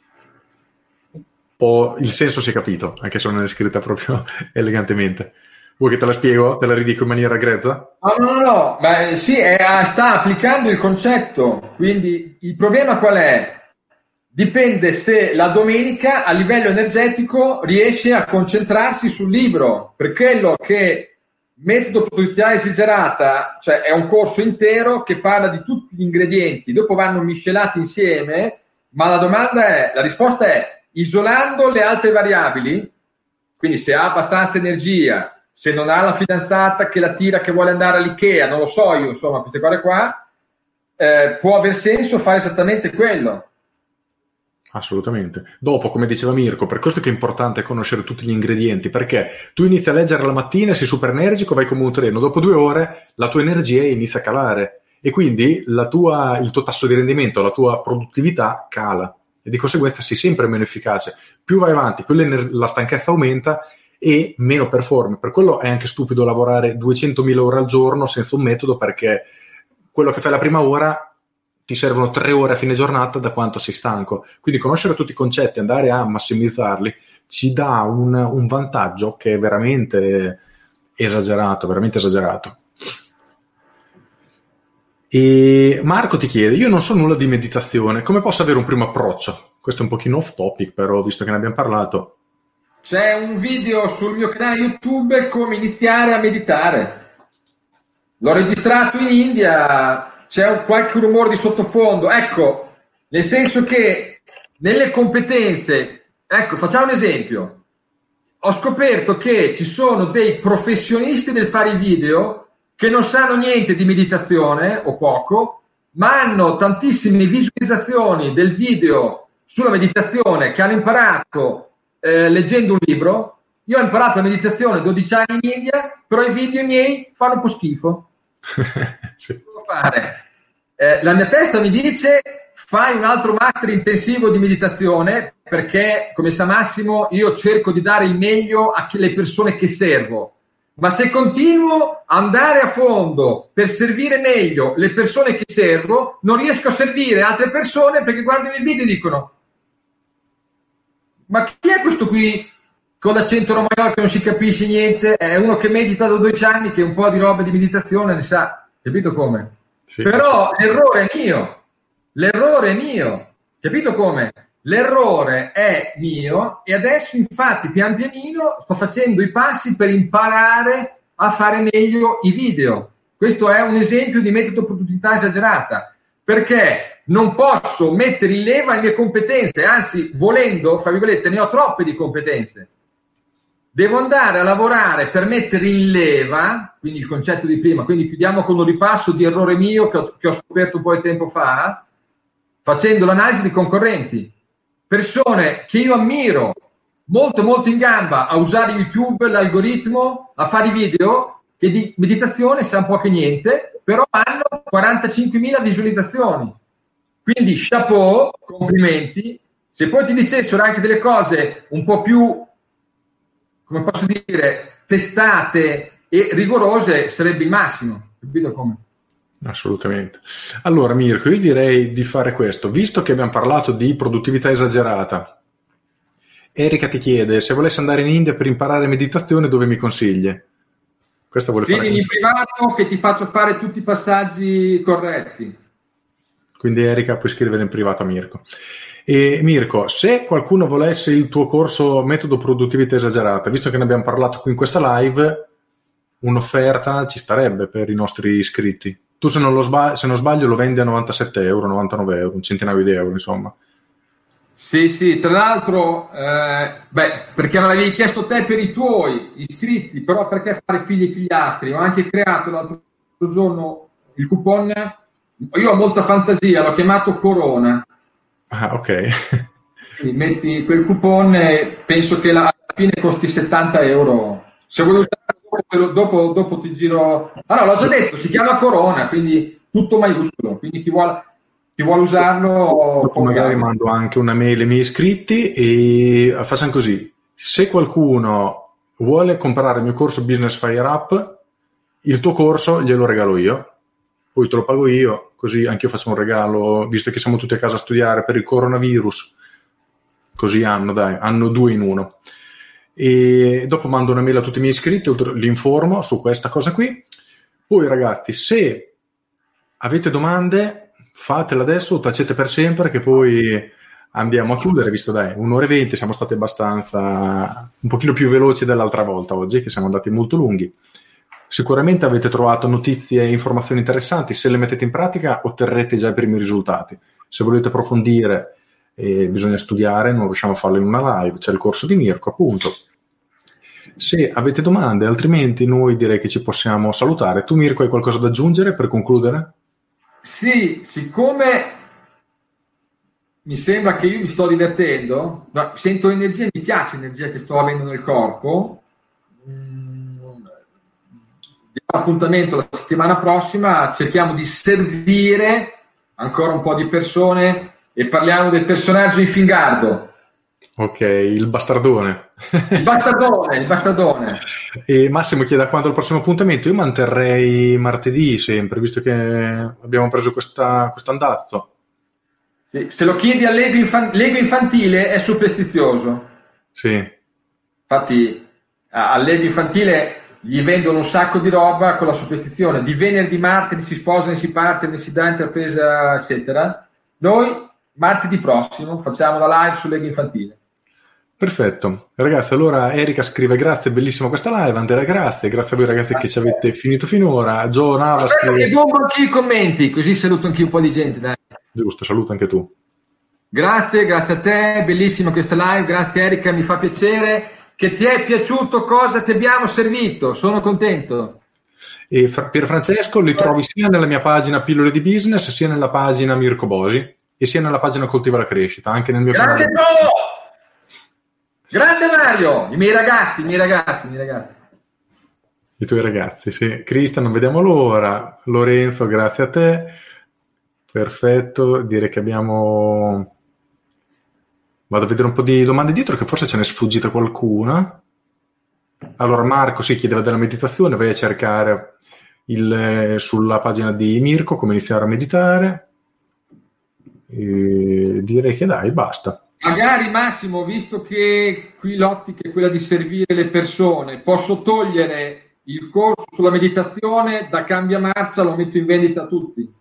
O il senso si è capito, anche se non è scritta proprio elegantemente. Vuoi che te la spiego? Te la ridico in maniera grezza? No, no, no, no. Beh, sì, è, sta applicando il concetto, quindi il problema qual è? Dipende se la domenica a livello energetico riesce a concentrarsi sul libro, per quello che metodo produttività esagerata, cioè è un corso intero che parla di tutti gli ingredienti, dopo vanno miscelati insieme, ma la domanda è, la risposta è, isolando le altre variabili, quindi se ha abbastanza energia, se non ha la fidanzata che la tira, che vuole andare all'Ikea, non lo so io, insomma, queste cose qua, eh, può aver senso fare esattamente quello. Assolutamente. Dopo, come diceva Mirko, per questo che è importante conoscere tutti gli ingredienti, perché tu inizi a leggere la mattina, sei super energico, vai come un treno, dopo due ore la tua energia inizia a calare e quindi la tua, il tuo tasso di rendimento, la tua produttività cala e di conseguenza sei sempre meno efficace. Più vai avanti, più la stanchezza aumenta e meno performi. Per quello è anche stupido lavorare duecentomila ore al giorno senza un metodo, perché quello che fai la prima ora ti servono tre ore a fine giornata da quanto sei stanco. Quindi conoscere tutti i concetti, andare a massimizzarli, ci dà un, un vantaggio che è veramente esagerato, veramente esagerato. E Marco ti chiede, io non so nulla di meditazione, come posso avere un primo approccio? Questo è un pochino off topic, però visto che ne abbiamo parlato. C'è un video sul mio canale YouTube come iniziare a meditare. L'ho registrato in India. C'è un, qualche rumore di sottofondo, ecco, nel senso che nelle competenze, ecco, facciamo un esempio, ho scoperto che ci sono dei professionisti del fare i video che non sanno niente di meditazione o poco, ma hanno tantissime visualizzazioni del video sulla meditazione che hanno imparato eh, leggendo un libro. Io ho imparato la meditazione dodici anni in India, però i video miei fanno un po' schifo. Sì. Fare. Eh, la mia testa mi dice fai un altro master intensivo di meditazione, perché come sa Massimo io cerco di dare il meglio alle persone che servo, ma se continuo a andare a fondo per servire meglio le persone che servo non riesco a servire altre persone, perché guardano il video e dicono ma chi è questo qui con l'accento romagnolo che non si capisce niente? È uno che medita da dodici anni, che un po' di roba di meditazione ne sa. Capito come? Sì. Però l'errore è mio, l'errore è mio, capito come? L'errore è mio e adesso infatti pian pianino sto facendo i passi per imparare a fare meglio i video. Questo è un esempio di metodo produttività esagerata, perché non posso mettere in leva le mie competenze, anzi, volendo, fra virgolette, ne ho troppe di competenze. Devo andare a lavorare per mettere in leva, quindi il concetto di prima, quindi chiudiamo con un ripasso di errore mio che ho, che ho scoperto un po' di tempo fa, facendo l'analisi di concorrenti, persone che io ammiro, molto molto in gamba a usare YouTube, l'algoritmo, a fare i video, che di meditazione sa un po' che niente, però hanno quarantacinquemila visualizzazioni. Quindi chapeau, complimenti. Se poi ti dicessero anche delle cose un po' più, come posso dire, testate e rigorose, sarebbe il massimo. Capito come? Assolutamente. Allora Mirko, io direi di fare questo, visto che abbiamo parlato di produttività esagerata. Erika ti chiede se volessi andare in India per imparare meditazione, dove mi consigli? Questa vuole fare in privato, che ti faccio fare tutti i passaggi corretti. Quindi Erika puoi scrivere in privato a Mirko. E Mirko, se qualcuno volesse il tuo corso metodo produttività esagerata, visto che ne abbiamo parlato qui in questa live, un'offerta ci starebbe per i nostri iscritti. Tu se non, lo sbag- se non sbaglio lo vendi a novantasette euro, novantanove euro, un centinaio di euro insomma. Sì, sì, tra l'altro, eh, beh, perché me l'avevi chiesto te per i tuoi iscritti, però perché fare figli e figliastri? Ho anche creato l'altro giorno il coupon, io ho molta fantasia, l'ho chiamato Corona. Ah, ok. Quindi metti quel coupon e penso che la, alla fine costi settanta euro. Se vuoi usarlo, dopo, dopo ti giro... Ah no, l'ho già detto, si chiama Corona, quindi tutto maiuscolo, quindi chi vuole... Chi vuole usarlo, dopo magari mando anche una mail ai miei iscritti e facciamo così: se qualcuno vuole comprare il mio corso Business Fire Up, il tuo corso glielo regalo io, poi te lo pago io, così anche io faccio un regalo, visto che siamo tutti a casa a studiare per il coronavirus, così hanno, dai, hanno due in uno. E dopo mando una mail a tutti i miei iscritti, li informo su questa cosa qui. Poi ragazzi, se avete domande, fatela adesso o tacete per sempre, che poi andiamo a chiudere, visto dai, un'ora e venti, siamo stati abbastanza un pochino più veloci dell'altra volta oggi, che siamo andati molto lunghi. Sicuramente avete trovato notizie e informazioni interessanti, se le mettete in pratica otterrete già i primi risultati. Se volete approfondire eh, bisogna studiare, non riusciamo a farlo in una live, c'è il corso di Mirko appunto. Se avete domande, altrimenti noi direi che ci possiamo salutare. Tu Mirko hai qualcosa da aggiungere per concludere? Sì, siccome mi sembra che io mi sto divertendo, no, sento energia, mi piace l'energia che sto avendo nel corpo, mm, diamo appuntamento la settimana prossima, cerchiamo di servire ancora un po' di persone e parliamo del personaggio in Fingardo. Ok, il bastardone. Il bastardone, il bastardone. E Massimo chiede a quando il prossimo appuntamento. Io manterrei martedì sempre, visto che abbiamo preso questa, questo andazzo. Sì, se lo chiedi all'ego infan- l'ego infantile è superstizioso. Sì. Infatti all'ego infantile gli vendono un sacco di roba con la superstizione. Di venerdì, martedì si sposa, ne si parte, ne si dà intrapresa, eccetera. Noi martedì prossimo facciamo la live sull'ego infantile. Perfetto, ragazzi, allora Erika scrive grazie, bellissima questa live. Andrea grazie, grazie a voi ragazzi che ci avete finito finora. Gio Nava scrive... che bombo anche i commenti, così saluto anche un po' di gente, dai. Giusto, saluta anche tu. Grazie, grazie a te, bellissima questa live, grazie Erika, mi fa piacere che ti è piaciuto, cosa ti abbiamo servito, sono contento. E Pier Francesco li trovi sia nella mia pagina Pillole di Business, sia nella pagina Mirko Bosi e sia nella pagina Coltiva la Crescita, anche nel mio Grande canale. Grande Mario, i miei ragazzi, i miei ragazzi, i miei ragazzi. I tuoi ragazzi, sì. Cristian, non vediamo l'ora. Lorenzo, grazie a te. Perfetto, direi che abbiamo... Vado a vedere un po' di domande dietro, che forse ce n'è sfuggita qualcuna. Allora, Marco si chiedeva della meditazione, vai a cercare il, sulla pagina di Mirko come iniziare a meditare. E direi che dai, basta. Magari Massimo, visto che qui l'ottica è quella di servire le persone, posso togliere il corso sulla meditazione da Cambia Marcia, lo metto in vendita a tutti.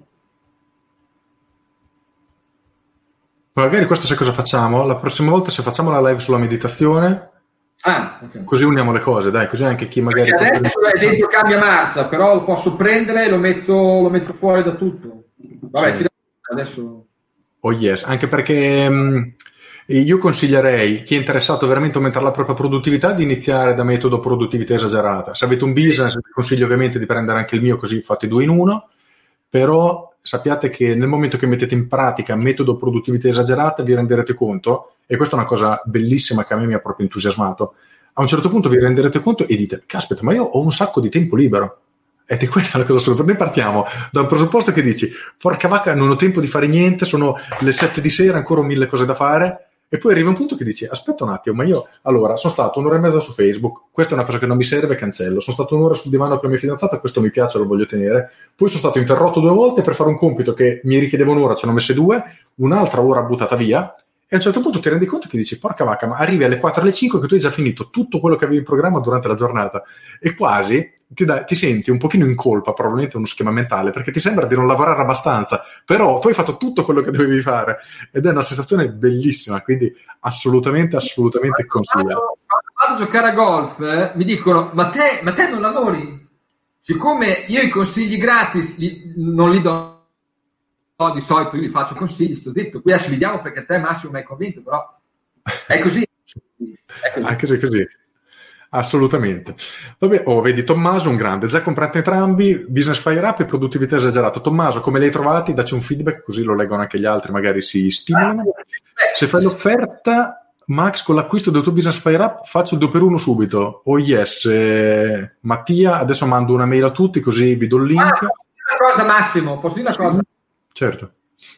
Magari questo sai cosa facciamo? La prossima volta se facciamo la live sulla meditazione Ah, okay. Così uniamo le cose, dai, così anche chi magari... Perché adesso è dentro cambia marcia, però lo posso prendere e lo metto, lo metto fuori da tutto. Vabbè, sì. Adesso... Oh yes, anche perché mh, io consiglierei chi è interessato veramente a aumentare la propria produttività di iniziare da metodo produttività esagerata. Se avete un business, vi consiglio ovviamente di prendere anche il mio, così fate due in uno, però sappiate che nel momento che mettete in pratica metodo produttività esagerata vi renderete conto, e questa è una cosa bellissima che a me mi ha proprio entusiasmato, a un certo punto vi renderete conto e dite, caspita, ma io ho un sacco di tempo libero. Ed è questa la cosa assurda. Noi partiamo da un presupposto che dici, porca vacca, non ho tempo di fare niente, sono le sette di sera, ancora ho mille cose da fare, e poi arriva un punto che dici, aspetta un attimo, ma io, allora, sono stato un'ora e mezza su Facebook, questa è una cosa che non mi serve, cancello, sono stato un'ora sul divano con la mia fidanzata, questo mi piace, lo voglio tenere, poi sono stato interrotto due volte per fare un compito che mi richiedeva un'ora, ce ne ho messe due, un'altra ora buttata via, e a un certo punto ti rendi conto che dici, porca vacca, ma arrivi alle quattro alle cinque che tu hai già finito tutto quello che avevi in programma durante la giornata, e quasi ti, da, ti senti un pochino in colpa, probabilmente uno schema mentale, perché ti sembra di non lavorare abbastanza, però tu hai fatto tutto quello che dovevi fare, ed è una sensazione bellissima, quindi assolutamente, assolutamente consigliato. Quando vado a giocare a golf, eh, mi dicono, ma te, ma te non lavori? Siccome io i consigli gratis li, non li do, no, di solito io li faccio consigli, sto zitto, qui adesso li diamo perché te Massimo mi hai convinto, però è così. È così. Anche se è così. Assolutamente. Vabbè, oh, vedi Tommaso un grande, già comprate entrambi, Business Fire Up e produttività esagerata. Tommaso, come li hai trovati? Dacci un feedback così lo leggono anche gli altri, magari si stimolano. Se fai l'offerta, Max, con l'acquisto del tuo Business Fire Up faccio il due per uno subito. Oh yes, eh, Mattia, adesso mando una mail a tutti così vi do il link. Ah, posso dire una cosa Massimo, posso dire una cosa? Certo.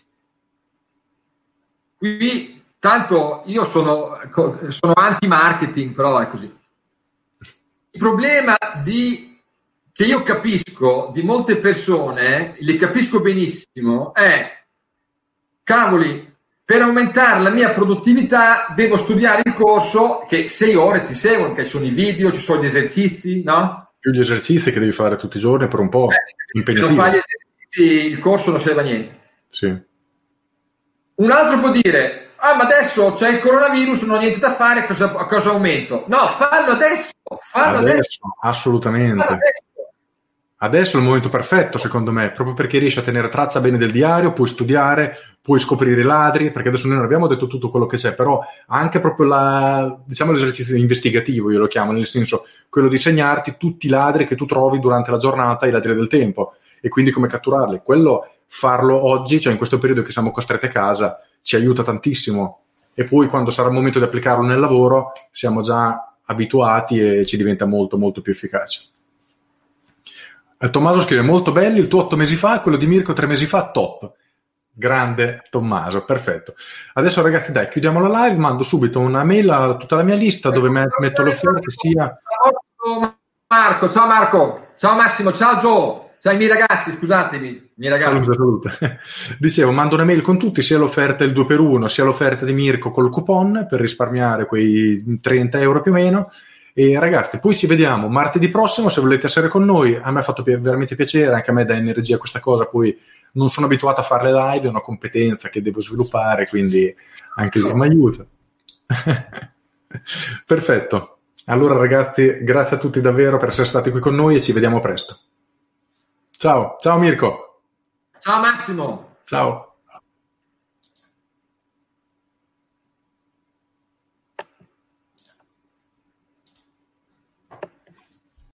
Qui, tanto io sono, sono anti-marketing, però è così. Il problema di, che io capisco di molte persone, li capisco benissimo, è, cavoli, per aumentare la mia produttività devo studiare il corso che sei ore ti seguono, che ci sono i video, ci sono gli esercizi, no? Più gli esercizi che devi fare tutti i giorni per un po' eh, impegnativo. Se non fai gli esercizi il corso non serve a niente. Sì. Un altro può dire, ah ma adesso c'è il coronavirus, non ho niente da fare, cosa, cosa aumento? No, fallo adesso, fallo adesso, adesso assolutamente. Fallo adesso. Adesso è il momento perfetto, secondo me, proprio perché riesci a tenere traccia bene del diario, puoi studiare, puoi scoprire i ladri, perché adesso noi non abbiamo detto tutto quello che c'è, però anche proprio la, diciamo l'esercizio investigativo, io lo chiamo, nel senso quello di segnarti tutti i ladri che tu trovi durante la giornata, i ladri del tempo, e quindi come catturarli. Quello, farlo oggi, cioè in questo periodo che siamo costretti a casa, ci aiuta tantissimo, e poi quando sarà il momento di applicarlo nel lavoro siamo già abituati e ci diventa molto molto più efficace. Tommaso scrive, molto belli, il tuo otto mesi fa, quello di Mirko tre mesi fa, top. Grande Tommaso, perfetto. Adesso ragazzi dai, chiudiamo la live, mando subito una mail a tutta la mia lista dove metto le offerte sia... Ciao Marco, ciao Marco, ciao Massimo, ciao Gio, ciao i miei ragazzi, scusatemi. Miei ragazzi. Salute, salute. Dicevo, mando una mail con tutti, sia l'offerta il due per uno, sia l'offerta di Mirko col coupon per risparmiare quei trenta euro più o meno. E ragazzi, poi ci vediamo martedì prossimo se volete essere con noi. A me ha fatto pi- veramente piacere, anche a me dà energia questa cosa, poi non sono abituato a fare le live, è una competenza che devo sviluppare, quindi anche lì mi aiuta. Perfetto, allora ragazzi, grazie a tutti davvero per essere stati qui con noi e ci vediamo presto. Ciao, ciao Mirko. Ciao Massimo. Ciao.